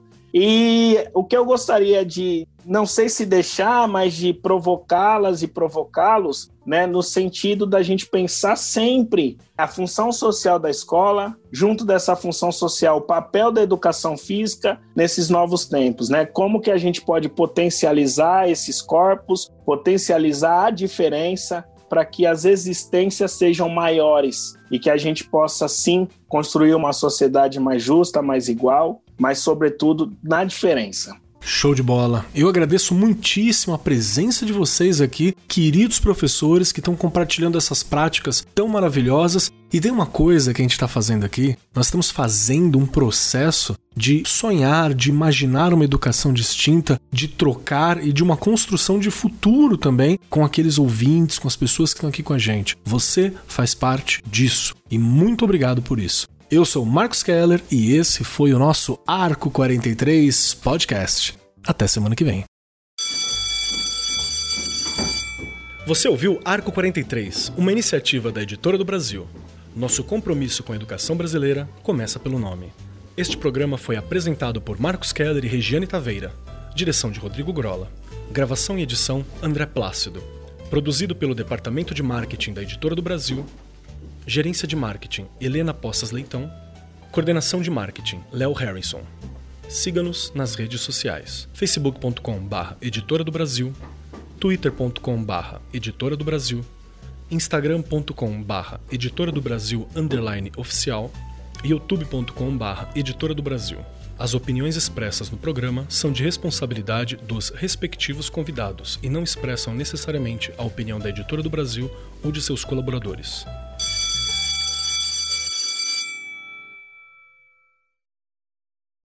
E o que eu gostaria de, não sei se deixar, mas de provocá-las e provocá-los, né, no sentido da gente pensar sempre a função social da escola, junto dessa função social, o papel da educação física nesses novos tempos, né? Como que a gente pode potencializar esses corpos, potencializar a diferença, para que as existências sejam maiores e que a gente possa, sim, construir uma sociedade mais justa, mais igual, mas, sobretudo, na diferença. Show de bola. Eu agradeço muitíssimo a presença de vocês aqui, queridos professores que estão compartilhando essas práticas tão maravilhosas. E tem uma coisa que a gente está fazendo aqui, nós estamos fazendo um processo de sonhar, de imaginar uma educação distinta, de trocar e de uma construção de futuro também com aqueles ouvintes, com as pessoas que estão aqui com a gente. Você faz parte disso e muito obrigado por isso. Eu sou o Marcos Keller e esse foi o nosso Arco 43 Podcast. Até semana que vem. Você ouviu Arco 43, uma iniciativa da Editora do Brasil. Nosso compromisso com a educação brasileira começa pelo nome. Este programa foi apresentado por Marcos Keller e Regiane Taveira. Direção de Rodrigo Grola. Gravação e edição André Plácido. Produzido pelo Departamento de Marketing da Editora do Brasil. Gerência de Marketing, Helena Poças Leitão. Coordenação de Marketing, Léo Harrison. Siga-nos nas redes sociais. facebook.com/Editora do Brasil, twitter.com/Editora do Brasil, instagram.com/Editora do Brasil _oficial e youtube.com/Editora do Brasil. As opiniões expressas no programa são de responsabilidade dos respectivos convidados e não expressam necessariamente a opinião da Editora do Brasil ou de seus colaboradores.